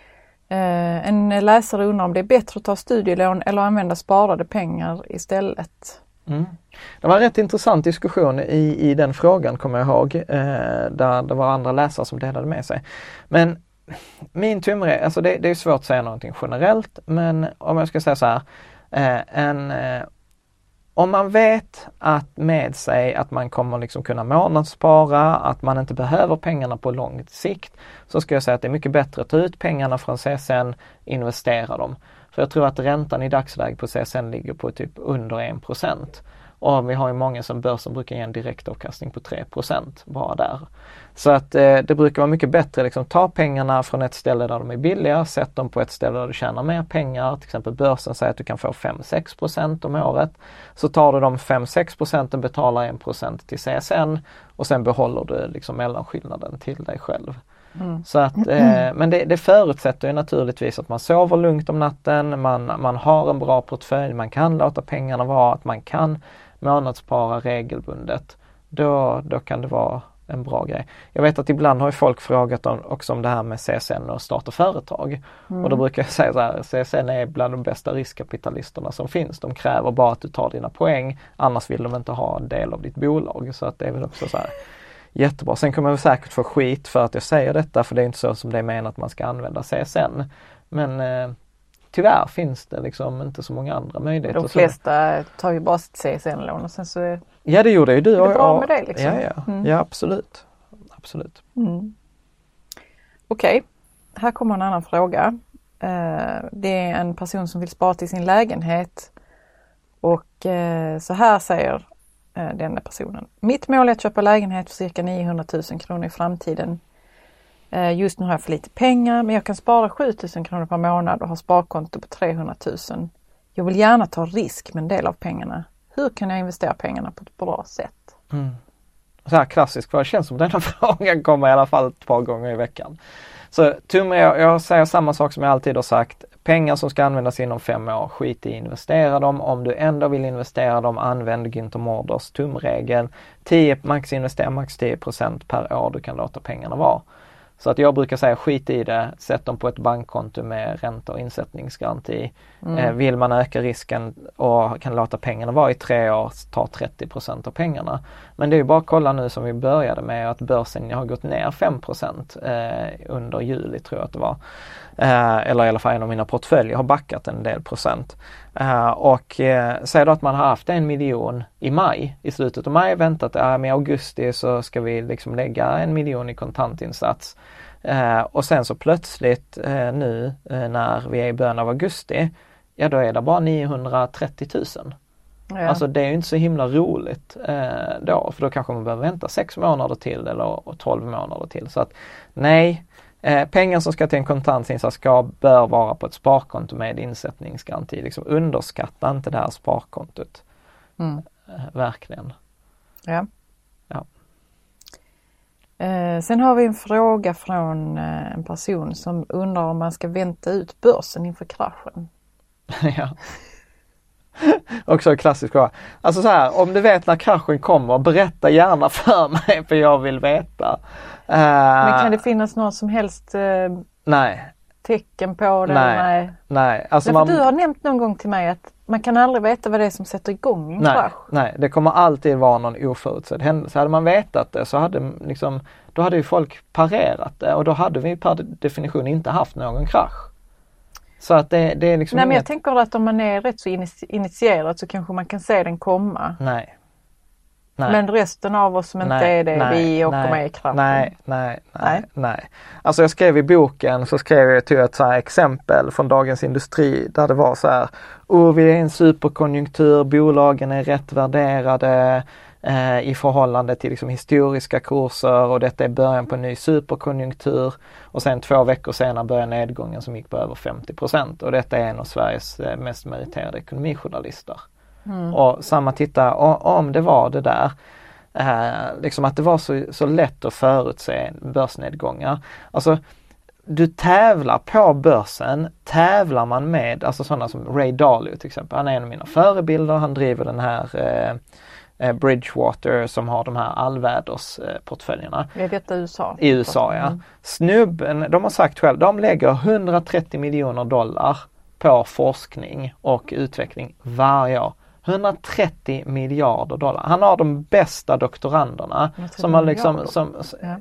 Speaker 6: Eh, en läsare undrar om det är bättre att ta studielån eller använda sparade pengar istället.
Speaker 5: Mm. Det var en rätt intressant diskussion i, i den frågan, kommer jag ihåg, eh, där det var andra läsare som delade med sig. Men min tumregel, alltså det, det är svårt att säga någonting generellt, men om jag ska säga så här, eh, en, eh, om man vet att med sig att man kommer liksom kunna månadsspara, att man inte behöver pengarna på lång sikt, så ska jag säga att det är mycket bättre att ta ut pengarna från C S N, investera dem. För jag tror att räntan i dagsläget på C S N ligger på typ under en procent. Och vi har ju många som börsen brukar ge en direktavkastning på tre procent bara där. Så att eh, det brukar vara mycket bättre liksom ta pengarna från ett ställe där de är billiga, sätt dem på ett ställe där du tjänar mer pengar. Till exempel börsen säger att du kan få fem till sex procent om året. Så tar du de fem till sex procenten, betalar en procent till C S N och sen behåller du liksom mellanskillnaden till dig själv. Mm. Så att, eh, men det, det förutsätter ju naturligtvis att man sover lugnt om natten, man, man har en bra portfölj, man kan låta pengarna vara, att man kan månadsspara regelbundet. Då, då kan det vara en bra grej. Jag vet att ibland har ju folk frågat om, också om det här med C S N och starta företag. Mm. Och då brukar jag säga så här, C S N är bland de bästa riskkapitalisterna som finns. De kräver bara att du tar dina poäng, annars vill de inte ha en del av ditt bolag. Så att det är väl också så här jättebra. Sen kommer jag säkert få skit för att jag säger detta, för det är inte så som det är menat att man ska använda C S N. Men eh, tyvärr finns det liksom inte så många andra möjligheter.
Speaker 6: De flesta tar ju bara sitt C S N-lån och sen så är
Speaker 5: ja, det gjorde ju du.
Speaker 6: det är bra med det liksom.
Speaker 5: Ja, ja. Mm. Ja, absolut. Absolut.
Speaker 6: Mm. Okej, okay. Här kommer en annan fråga. Uh, det är en person som vill spara till sin lägenhet och uh, så här säger uh, denna personen. Mitt mål är att köpa lägenhet för cirka niohundratusen kronor i framtiden. Uh, just nu har jag för lite pengar, men jag kan spara sjutusen kronor per månad och ha sparkonto på trehundratusen. Jag vill gärna ta risk med en del av pengarna. Hur kan jag investera pengarna på ett bra sätt?
Speaker 5: Mm. Så här klassiskt, för det känns som att denna frågan kommer i alla fall ett par gånger i veckan. Så tum, jag, jag säger samma sak som jag alltid har sagt. Pengar som ska användas inom fem år, skit i investera dem. Om du ändå vill investera dem, använd Günther Mårders tumregel. tio, max investera max tio procent per år du kan låta pengarna vara. Så att jag brukar säga skit i det, sätt dem på ett bankkonto med ränta och insättningsgaranti. Mm. Eh, vill man öka risken och kan låta pengarna vara i tre år, ta trettio procent av pengarna. Men det är ju bara att kolla nu som vi började med att börsen har gått ner fem procent eh, under juli tror jag att det var. Eh, eller i alla fall en av mina portföljer har backat en del procent. Uh, och uh, säg då att man har haft en miljon i maj, i slutet av maj, väntat uh, med augusti så ska vi liksom lägga en miljon i kontantinsats. Uh, och sen så plötsligt uh, nu uh, när vi är i början av augusti, ja då är det bara niohundratrettio tusen. Ja. Alltså det är ju inte så himla roligt uh, då, för då kanske man behöver vänta sex månader till eller tolv månader till. Så att nej, Eh, pengar som ska till en kontantinsats ska bör vara på ett sparkonto med insättningsgaranti. Liksom underskatta inte det här sparkontot. Mm. Eh, verkligen.
Speaker 6: Ja.
Speaker 5: ja.
Speaker 6: Eh, sen har vi en fråga från eh, en person som undrar om man ska vänta ut börsen inför kraschen.
Speaker 5: ja. Också en klassisk fråga. Alltså så här, om du vet när kraschen kommer, berätta gärna för mig för jag vill veta. Uh,
Speaker 6: Men kan det finnas något som helst uh,
Speaker 5: nej.
Speaker 6: tecken på det?
Speaker 5: Nej.
Speaker 6: Nej.
Speaker 5: nej. Alltså
Speaker 6: man... Du har nämnt någon gång till mig att man kan aldrig veta vad det är som sätter igång en
Speaker 5: nej.
Speaker 6: krasch.
Speaker 5: Nej, det kommer alltid vara någon oförutsedd händelse. Hade man vetat det så hade liksom, då hade ju folk parerat det och då hade vi per definition inte haft någon krasch. Så att det, det är liksom
Speaker 6: Nej,
Speaker 5: inget...
Speaker 6: men jag tänker att om man är rätt så initierad så kanske man kan se den komma.
Speaker 5: Nej. nej.
Speaker 6: Men resten av oss som inte
Speaker 5: nej,
Speaker 6: är det,
Speaker 5: nej,
Speaker 6: vi åker
Speaker 5: nej,
Speaker 6: med i kraschen.
Speaker 5: Nej, nej, nej, nej. Alltså jag skrev i boken så skrev jag till ett så här exempel från Dagens Industri där det var så här: oh, vi är i en superkonjunktur, bolagen är rätt värderade eh, i förhållande till liksom historiska kurser och detta är början på en ny superkonjunktur. Och sen två veckor senare började nedgången som gick på över femtio procent och detta är en av Sveriges eh, mest meriterade ekonomijournalister. Mm. Och samma titta, om det var det där, eh, liksom att det var så, så lätt att förutse börsnedgångar. Alltså du tävlar på börsen, tävlar man med, alltså sådana som Ray Dalio till exempel, han är en av mina förebilder, han driver den här eh, Bridgewater som har de här allvädersportföljerna.
Speaker 6: Är detta U S A?
Speaker 5: I U S A, ja. Mm. Snubben, de har sagt själv, de lägger hundratrettio miljoner dollar på forskning och utveckling varje år. hundratrettio miljarder dollar. Han har de bästa doktoranderna som har liksom... Som,
Speaker 6: ja.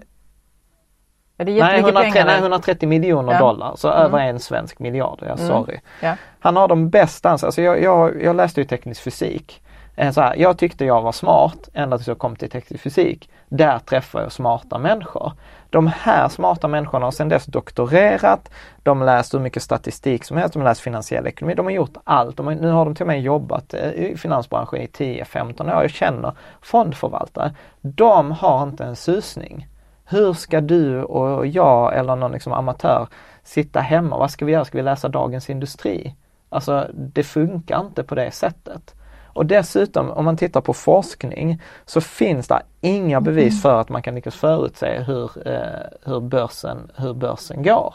Speaker 5: Är det nej, hundratrettio, nej, hundratrettio miljoner ja. dollar. Så mm. över en svensk miljard. Ja, sorry. Mm. Ja. Han har de bästa. Alltså jag, jag, jag läste ju teknisk fysik. Så här, jag tyckte jag var smart ända tills jag kom till teknisk fysik. Där träffar jag smarta människor. De här smarta människorna har sedan dess doktorerat. De läst hur mycket statistik som helst. De har läst finansiell ekonomi. De har gjort allt. De har, nu har de till och med jobbat i finansbranschen i tio femton år. Jag känner fondförvaltare. De har inte en susning. Hur ska du och jag eller någon liksom amatör sitta hemma? Vad ska vi göra? Ska vi läsa Dagens Industri? Alltså det funkar inte på det sättet. Och dessutom om man tittar på forskning så finns det inga bevis för att man kan lyckas förutse hur, eh, hur, börsen, hur börsen går.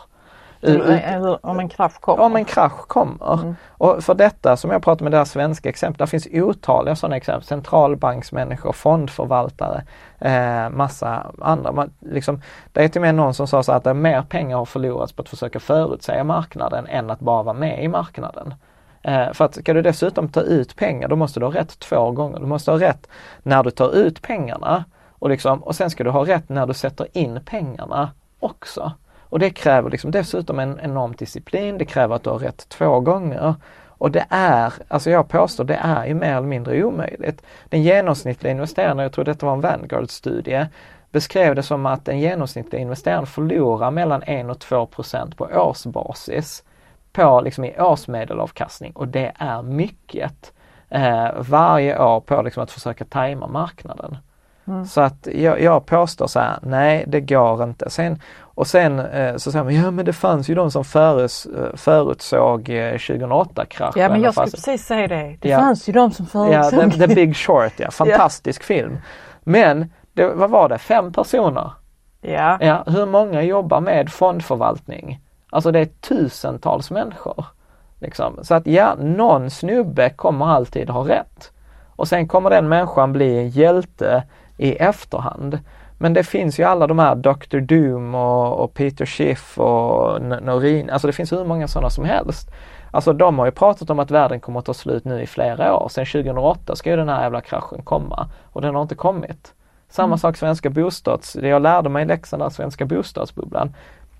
Speaker 6: Ut, om en krasch kommer.
Speaker 5: Om en krasch kommer. Mm. Och för detta som jag pratar med det här svenska exempel, det finns otaliga sådana exempel. Centralbanksmänniskor, fondförvaltare, eh, massa andra. Man, liksom, det är till och med någon som sa så att det mer pengar har förlorats på att försöka förutsäga marknaden än att bara vara med i marknaden. Eh, för att ska du dessutom ta ut pengar, då måste du ha rätt två gånger. Du måste ha rätt när du tar ut pengarna och, liksom, och sen ska du ha rätt när du sätter in pengarna också. Och det kräver liksom dessutom en enorm disciplin, det kräver att du har rätt två gånger. Och det är, alltså jag påstår, det är ju mer eller mindre omöjligt. Den genomsnittliga investeraren, jag tror detta var en Vanguard-studie, beskrev det som att en genomsnittlig investerare förlorar mellan en och två procent på årsbasis på liksom i årsmedelavkastning. Och det är mycket eh, varje år på liksom att försöka tajma marknaden. Mm. Så att jag, jag påstår så här, nej det går inte. Sen, och sen eh, så säger man, ja men det fanns ju de som förus, förutsåg eh, tjugohundraåtta-kraschen.
Speaker 6: Ja men jag skulle precis säga det. Det ja. fanns ju de som förutsåg.
Speaker 5: Ja, the, the Big Short, ja. Fantastisk ja. film. Men, det, vad var det? Fem personer?
Speaker 6: Ja.
Speaker 5: Ja. Hur många jobbar med fondförvaltning? Alltså det är tusentals människor. Liksom. Så att ja, någon snubbe kommer alltid ha rätt. Och sen kommer den människan bli en hjälte i efterhand. Men det finns ju alla de här doktor Doom och, och Peter Schiff och Norin. Alltså det finns hur många sådana som helst. Alltså de har ju pratat om att världen kommer att ta slut nu i flera år. Sen tjugohundraåtta ska ju den här jävla kraschen komma. Och den har inte kommit. Samma mm. sak svenska bostads. Jag lärde mig läxan av svenska bostadsbubblan.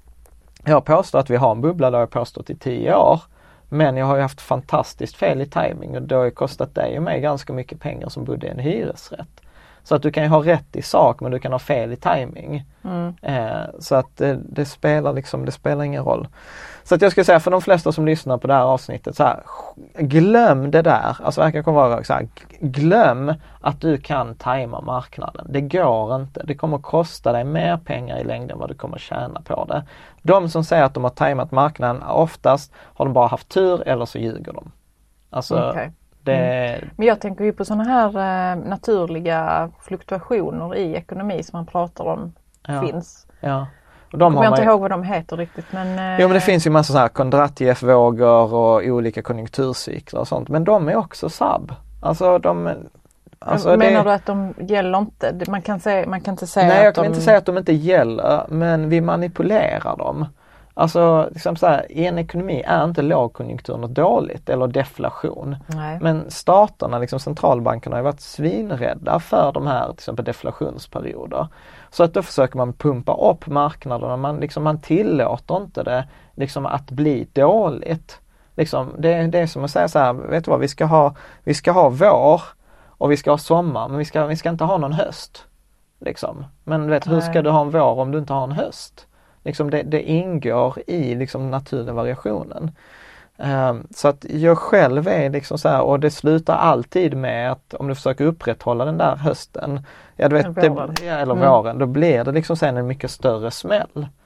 Speaker 5: Jag påstår att vi har en bubbla, där jag påstått i tio år. Men jag har ju haft fantastiskt fel i timing och det har ju kostat dig och mig ganska mycket pengar som bodde i en hyresrätt. Så att du kan ju ha rätt i sak men du kan ha fel i timing. Mm. Eh, så att det, det spelar liksom, det spelar ingen roll. Så att jag skulle säga för de flesta som lyssnar på det här avsnittet så här, glöm det där. Alltså verkligen kommer vara så här, glöm att du kan tajma marknaden. Det går inte. Det kommer att kosta dig mer pengar i längden vad du kommer att tjäna på det. De som säger att de har tajmat marknaden, oftast har de bara haft tur eller så ljuger de. Alltså
Speaker 6: okay.
Speaker 5: det...
Speaker 6: Mm. Men jag tänker ju på sådana här eh, naturliga fluktuationer i ekonomi som man pratar om
Speaker 5: ja.
Speaker 6: finns.
Speaker 5: Ja.
Speaker 6: Och de jag kommer inte ihåg vad de heter riktigt. Men, eh...
Speaker 5: Jo men det finns ju massa så här Kondratiev-vågor och olika konjunkturcykler och sånt. Men de är också sub. Alltså de... Alltså
Speaker 6: menar
Speaker 5: det...
Speaker 6: du att de gäller inte? Man kan, säga, man kan inte säga
Speaker 5: Nej,
Speaker 6: att
Speaker 5: jag kan
Speaker 6: de...
Speaker 5: inte säga att de inte gäller. Men vi manipulerar dem. Alltså liksom så här, i en ekonomi är inte lågkonjunktur något dåligt eller deflation.
Speaker 6: Nej.
Speaker 5: Men staterna, liksom centralbankerna har varit svinrädda för de här till exempel deflationsperioder. Så att då försöker man pumpa upp marknaderna. Man, liksom, man tillåter inte det liksom, att bli dåligt. Liksom, det, det är som att säga så här, vet du vad, vi ska ha, vi ska ha vår och vi ska ha sommar men vi ska, vi ska inte ha någon höst. Liksom. Men vet, hur ska du ha en vår om du inte har en höst? Liksom det, det ingår i liksom naturliga variationen. Um, så att jag själv är liksom så här, och det slutar alltid med att om du försöker upprätthålla den där hösten, ja, du vet,
Speaker 6: eller våren,
Speaker 5: det, ja, eller våren mm. då blir det liksom sen en mycket större smäll.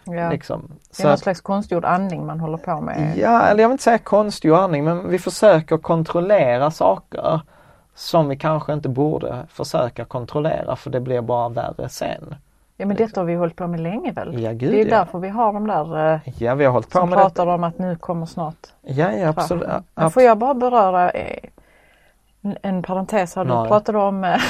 Speaker 6: Ja.
Speaker 5: Liksom.
Speaker 6: Det är någon slags konstgjord andning man håller på med.
Speaker 5: Ja, eller jag vill inte säga konstgjord andning, men vi försöker kontrollera saker som vi kanske inte borde försöka kontrollera, för det blir bara värre sen.
Speaker 6: Ja, men detta har vi hållit på med länge väl?
Speaker 5: Ja, gud,
Speaker 6: det är
Speaker 5: ja.
Speaker 6: därför vi har de där eh,
Speaker 5: ja, vi har hållit på
Speaker 6: som
Speaker 5: med
Speaker 6: pratar
Speaker 5: det.
Speaker 6: om att nu kommer snart.
Speaker 5: Ja, ja, absolut.
Speaker 6: Men får jag bara beröra eh, en, en parentes här. Du
Speaker 5: Nej.
Speaker 6: pratade om, eh,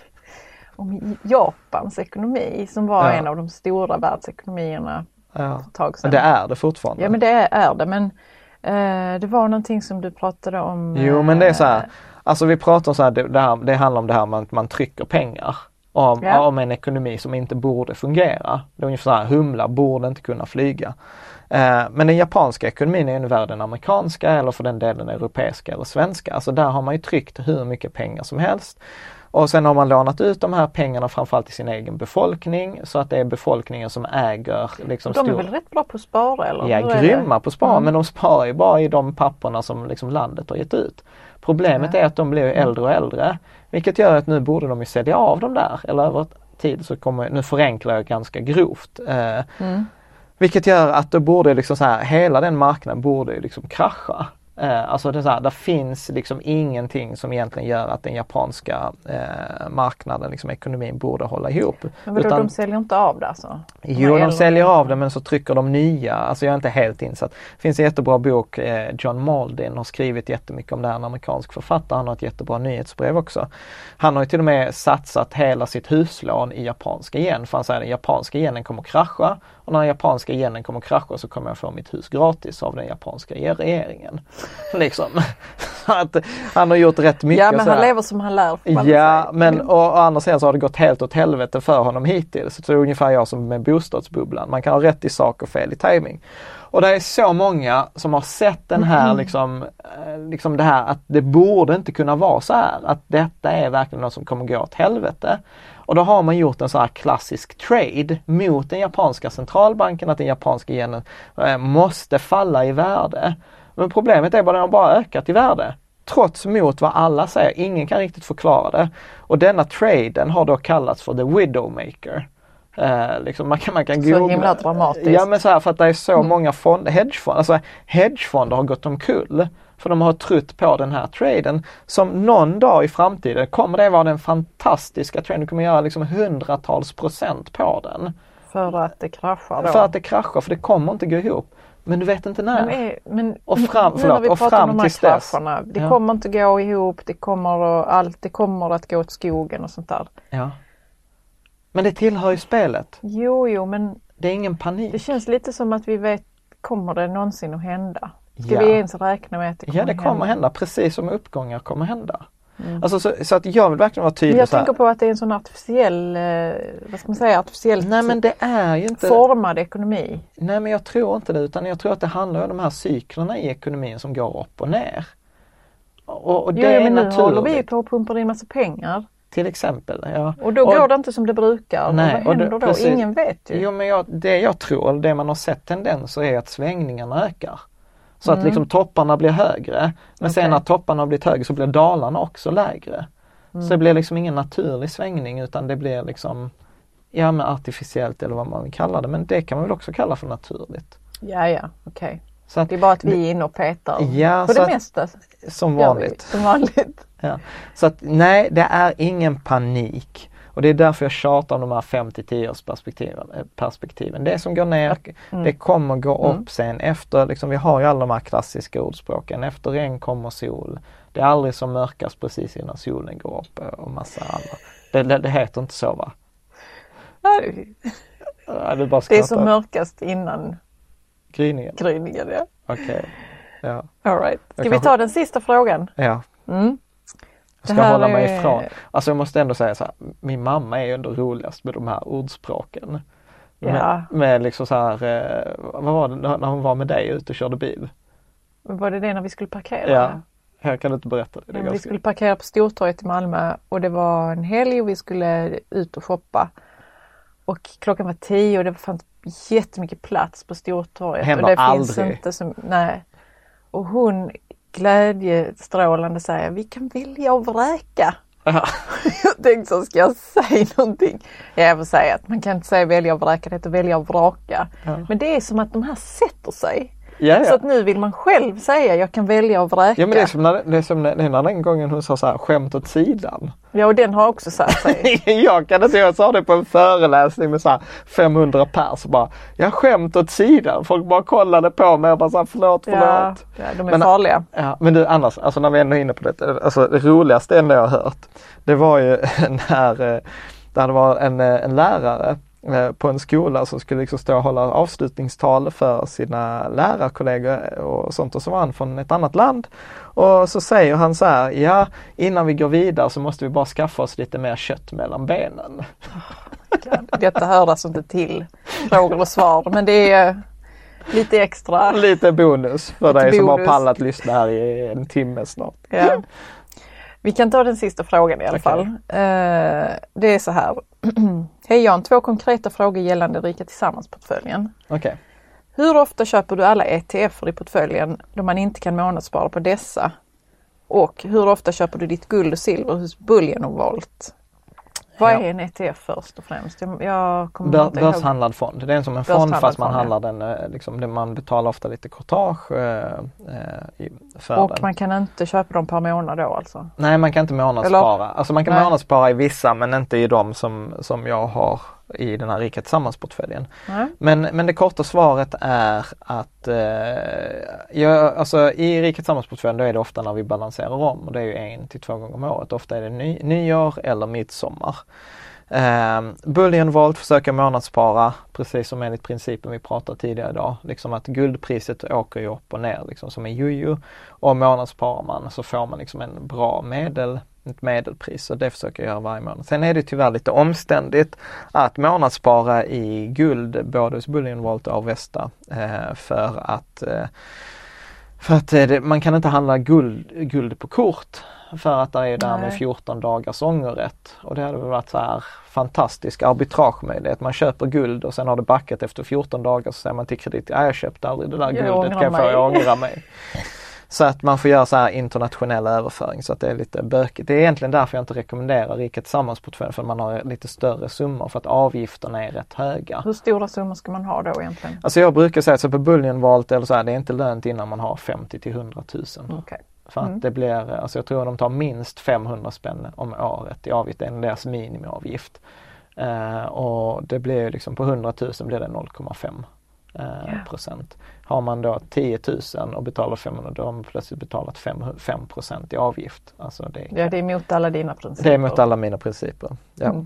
Speaker 6: om Japans ekonomi som var
Speaker 5: Ja.
Speaker 6: en av de stora världsekonomierna
Speaker 5: Ja.
Speaker 6: för ett tag sedan.
Speaker 5: Det är det fortfarande.
Speaker 6: Ja, men det är, är det. Men eh, det var någonting som du pratade om. Eh,
Speaker 5: Jo, men det är så här. Alltså vi pratar om så här, det, det, här, det handlar om det här med att man trycker pengar. Om,
Speaker 6: Ja.
Speaker 5: om en ekonomi som inte borde fungera. Det är ungefär så här, humla borde inte kunna flyga. Eh, men den japanska ekonomin är ju värre än den amerikanska, eller för den delen europeiska eller svenska. Alltså där har man ju tryckt hur mycket pengar som helst. Och sen har man lånat ut de här pengarna framförallt till sin egen befolkning, så att det är befolkningen som äger liksom
Speaker 6: de är
Speaker 5: stor...
Speaker 6: väl rätt bra på att spara? Eller?
Speaker 5: Ja,
Speaker 6: Hur är
Speaker 5: grymma
Speaker 6: det?
Speaker 5: på att spara,
Speaker 6: Mm.
Speaker 5: men de sparar ju bara i de papperna som liksom landet har gett ut. Problemet
Speaker 6: Ja.
Speaker 5: är att de blir ju äldre och äldre, vilket gör att nu borde de ju sälja av dem där, eller över tid så kommer, nu förenklar jag ganska grovt, eh,
Speaker 6: Mm.
Speaker 5: vilket gör att då borde liksom så här, hela den marknaden borde ju liksom krascha. Eh, alltså det är så här, där finns liksom ingenting som egentligen gör att den japanska eh, marknaden, liksom ekonomin, borde hålla ihop.
Speaker 6: Men vadå,
Speaker 5: Utan-
Speaker 6: de säljer inte av det alltså? De
Speaker 5: Jo,
Speaker 6: här
Speaker 5: de
Speaker 6: äldre-
Speaker 5: säljer av det, men så trycker de nya. Alltså jag är inte helt insatt. Det finns en jättebra bok, eh, John Maldin har skrivit jättemycket om det här, en amerikansk författare. Han har ett jättebra nyhetsbrev också. Han har ju till och med satsat hela sitt huslån i japanska yen. För han säger att den japanska yenen kommer krascha, och när den japanska yenen kommer krascha så kommer jag få mitt hus gratis av den japanska regeringen. Liksom. Så att han har gjort rätt mycket.
Speaker 6: Ja, men
Speaker 5: så
Speaker 6: han
Speaker 5: här.
Speaker 6: lever som han lär. får man
Speaker 5: Ja,
Speaker 6: säga.
Speaker 5: men och, och andra sidan så har det gått helt åt helvete för honom hittills. Så det är ungefär jag som med bostadsbubblan. Man kan ha rätt i sak och fel i timing. Och det är så många som har sett den här
Speaker 6: Mm.
Speaker 5: liksom, eh, liksom det här att det borde inte kunna vara så här. Att detta är verkligen något som kommer gå åt helvete. Och då har man gjort en så här klassisk trade mot den japanska centralbanken, att den japanska yenen eh, måste falla i värde. Men problemet är bara att den har bara ökat i värde. Trots mot vad alla säger. Ingen kan riktigt förklara det. Och denna traden har då kallats för the widowmaker. Eh, liksom man kan, man kan
Speaker 6: Så
Speaker 5: googla.
Speaker 6: himla dramatiskt.
Speaker 5: Ja, men så här, för att det är så
Speaker 6: Mm.
Speaker 5: många fonder, hedgefonder, alltså hedgefonder har gått omkull. För de har trott på den här traden. Som någon dag i framtiden kommer det vara den fantastiska traden. Du kommer göra liksom hundratals procent på den.
Speaker 6: För att det kraschar då.
Speaker 5: För att det kraschar, för det kommer inte gå ihop. Men du vet inte när.
Speaker 6: Men, är, men
Speaker 5: Och fram-
Speaker 6: nu
Speaker 5: förlåt,
Speaker 6: när vi
Speaker 5: och
Speaker 6: pratar
Speaker 5: fram
Speaker 6: om de här
Speaker 5: tills dess.
Speaker 6: krascherna, det
Speaker 5: Ja.
Speaker 6: kommer inte gå ihop, det kommer, att, allt, det kommer att gå åt skogen och sånt där.
Speaker 5: Ja. Men det tillhör ju spelet.
Speaker 6: Jo, jo, men
Speaker 5: Det är ingen panik.
Speaker 6: det känns lite som att vi vet, kommer det någonsin att hända? Ska
Speaker 5: Ja.
Speaker 6: vi ens räkna med att det kommer
Speaker 5: Ja, det kommer
Speaker 6: hända?
Speaker 5: hända, precis som uppgångar kommer hända. Mm. Alltså så, så att jag vill verkligen vara tydlig.
Speaker 6: Men jag
Speaker 5: så här.
Speaker 6: tänker på att det är en sån artificiell, eh, vad ska man säga, artificiellt
Speaker 5: Nej, men det är ju inte...
Speaker 6: formad ekonomi.
Speaker 5: Nej, men jag tror inte det, utan jag tror att det handlar om de här cyklerna i ekonomin som går upp och ner. Och, och det
Speaker 6: Jo,
Speaker 5: är
Speaker 6: men nu
Speaker 5: naturligt.
Speaker 6: håller vi ju på att pumpa in massa pengar.
Speaker 5: Till exempel, ja.
Speaker 6: Och då
Speaker 5: Och-
Speaker 6: går det inte som det brukar.
Speaker 5: Nej,
Speaker 6: och vad
Speaker 5: och det-
Speaker 6: händer då?
Speaker 5: precis.
Speaker 6: Ingen vet ju.
Speaker 5: Jo, men jag, det jag tror, det man har sett tendenser är att svängningarna ökar. Så att
Speaker 6: Mm.
Speaker 5: liksom topparna blir högre. Men sen
Speaker 6: Okej.
Speaker 5: när topparna har blivit högre så blir dalarna också lägre.
Speaker 6: Mm.
Speaker 5: Så det blir liksom ingen naturlig svängning, utan det blir liksom, ja, men artificiellt eller vad man vill kalla det. Men det kan man väl också kalla för naturligt.
Speaker 6: Ja, ja, okej.
Speaker 5: Så att,
Speaker 6: Det är bara att vi är inne och petar
Speaker 5: Ja,
Speaker 6: på
Speaker 5: så
Speaker 6: det
Speaker 5: att-
Speaker 6: mesta.
Speaker 5: som
Speaker 6: gör vi,
Speaker 5: vanligt.
Speaker 6: Som vanligt.
Speaker 5: Ja. Så att nej, det är ingen panik. Och det är därför jag tjatar om de här fem till tio års perspektiven. eh, perspektiven. Det som går ner,
Speaker 6: Mm.
Speaker 5: det kommer gå upp
Speaker 6: Mm.
Speaker 5: sen efter, liksom, vi har ju alla de här klassiska ordspråken. Efter regn kommer sol. Det är aldrig som mörkast precis innan solen går upp eh, och massa andra. Det, det, det heter inte så, va?
Speaker 6: Nej,
Speaker 5: Ja, det, är bara
Speaker 6: det är
Speaker 5: skrattar.
Speaker 6: som mörkast innan
Speaker 5: Gryningen.
Speaker 6: gryningen. Ja.
Speaker 5: Okej. Ja.
Speaker 6: All right. Ska
Speaker 5: Jag
Speaker 6: vi
Speaker 5: kanske-
Speaker 6: ta den sista frågan?
Speaker 5: ja.
Speaker 6: Mm.
Speaker 5: Jag ska
Speaker 6: Det här
Speaker 5: hålla mig
Speaker 6: är-
Speaker 5: ifrån. Alltså jag måste ändå säga så här, min mamma är ju ändå roligast med de här ordspråken.
Speaker 6: Ja.
Speaker 5: Med, med liksom så här, eh, vad var det när hon var med dig ute och körde bil?
Speaker 6: Var det det när vi skulle parkera?
Speaker 5: Ja, här kan du inte berätta det. det är
Speaker 6: Men vi
Speaker 5: ganska...
Speaker 6: skulle parkera på Stortorget i Malmö och det var en helg och vi skulle ut och shoppa. Och klockan var tio och det fanns jättemycket plats på Stortorget.
Speaker 5: Händer
Speaker 6: och det
Speaker 5: aldrig.
Speaker 6: Finns inte som, nej. Och hon glädjestrålande säger, vi kan välja att vräka
Speaker 5: Ja.
Speaker 6: Jag tänkte så, ska jag säga någonting? Jag får säga att man kan inte säga välja och vraka, det heter välja och vraka. Ja. Men det är som att de här sätter sig. Ja, ja. Så att nu vill man själv säga jag kan välja och vräka.
Speaker 5: Ja, men det är som när, det är som när, när den gången hon sa så här, skämt åt sidan.
Speaker 6: Ja, och den har också satt sig.
Speaker 5: Jag kan inte, jag sa det på en föreläsning med så här femhundra pers och bara, jag skämt åt sidan. Folk bara kollade på mig och bara så här, förlåt, förlåt.
Speaker 6: Ja, ja, de är men, farliga.
Speaker 5: Ja, men du, annars, alltså när vi ändå är inne på det, alltså det roligaste ändå jag har hört, det var ju när, där det var en, en lärare på en skola som skulle liksom stå och hålla avslutningstal för sina lärarkollegor och sånt, och så var han från ett annat land och så säger han så här, ja, innan vi går vidare så måste vi bara skaffa oss lite mer kött mellan benen.
Speaker 6: Detta hör alltså inte till frågor och svar, men det är lite extra.
Speaker 5: Lite bonus för lite dig bonus. Som har pallat lyssna här i en timme snart. Ja.
Speaker 6: Vi kan ta den sista frågan i alla okay. fall. Uh, det är så här. Hej Jan, två konkreta frågor gällande Rika Tillsammans-portföljen.
Speaker 5: Okay.
Speaker 6: Hur ofta köper du alla E T F i portföljen då man inte kan månadsspara på dessa? Och hur ofta köper du ditt guld och silver hos Bullion och Volt? Vad är en E T F först och främst? Jag, jag kommer
Speaker 5: Bör,
Speaker 6: inte
Speaker 5: börshandlad fond. Det är som en fond fast man fond, handlar ja. den, liksom, man betalar ofta lite courtage eh, för
Speaker 6: Och
Speaker 5: den.
Speaker 6: man kan inte köpa dem per månad då alltså?
Speaker 5: Nej, man kan inte månadsspara. Alltså man kan Nej. månadsspara i vissa men inte i de som, som jag har i den här Rika Tillsammans-portföljen. Mm. Men, men det korta svaret är att eh, jag, alltså, i Rika Tillsammans-portföljen då är det ofta när vi balanserar om, och det är ju en till två gånger om året. Ofta är det ny, nyår eller midsommar. Eh, Bullion Volt försöker månadsspara precis som enligt principen vi pratade tidigare idag. Liksom att guldpriset åker ju upp och ner liksom som en jojo, och månadssparar man så får man liksom en bra medel ett medelpris, och det försöker jag göra varje månad. Sen är det tyvärr lite omständigt att månadsspara i guld både hos Bullion Volt och Avesta eh, för att, eh, för att eh, det, man kan inte handla guld, guld på kort för att det är där med fjorton dagars ångerrätt, och det hade väl varit så här fantastisk arbitragemöjlighet. Man köper guld och sen har det backat efter fjorton dagar, så säger man till kredit, ja, jag köpte aldrig det där jag guldet, kan jag få jag ångra mig. Så att man får göra så här internationell överföring, så att det är lite bökigt. Det är egentligen därför jag inte rekommenderar Rika Tillsammans-portföljen, för man har lite större summor för att avgifterna är rätt höga.
Speaker 6: Hur stora summor ska man ha då egentligen?
Speaker 5: Alltså jag brukar säga att på Bullion Volt eller så här, det är inte lönt innan man har femtio till hundra tusen.
Speaker 6: Okay.
Speaker 5: För att mm. det blir, alltså jag tror att de tar minst femhundra spänn om året i avgift, det är deras minimiavgift. Uh, och det blir liksom på hundra tusen blir det noll komma fem uh, yeah. procent. Har man då tio tusen och betalar femhundra, då har man plötsligt betalat fem procent i avgift. Alltså det,
Speaker 6: ja, det är emot alla dina principer.
Speaker 5: Det är emot alla mina principer. Ja,
Speaker 6: mm.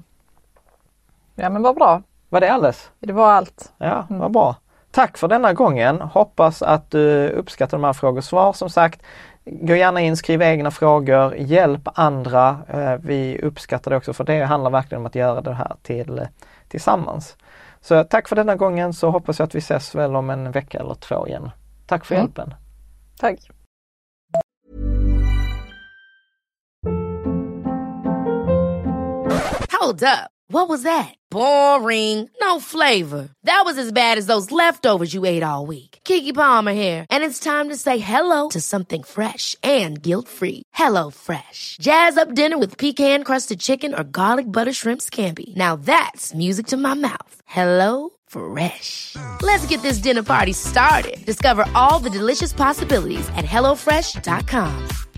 Speaker 6: ja men vad bra.
Speaker 5: Var det alldeles?
Speaker 6: Det var allt.
Speaker 5: Ja, mm. vad bra. Tack för denna gången. Hoppas att du uppskattar de här frågor och svar. Som sagt, gå gärna in, skriv egna frågor, hjälp andra. Vi uppskattar det också, för det handlar verkligen om att göra det här till, tillsammans. Så tack för denna gången, så hoppas jag att vi ses väl om en vecka eller två igen. Tack för mm. hjälpen.
Speaker 6: Tack.
Speaker 7: Hold up. What was that? Boring. No flavor. That was as bad as those leftovers you ate all week. Keke Palmer here. And it's time to say hello to something fresh and guilt-free. Hello Fresh. Jazz up dinner with pecan-crusted chicken or garlic butter shrimp scampi. Now that's music to my mouth. Hello Fresh. Let's get this dinner party started. Discover all the delicious possibilities at hello fresh dot com.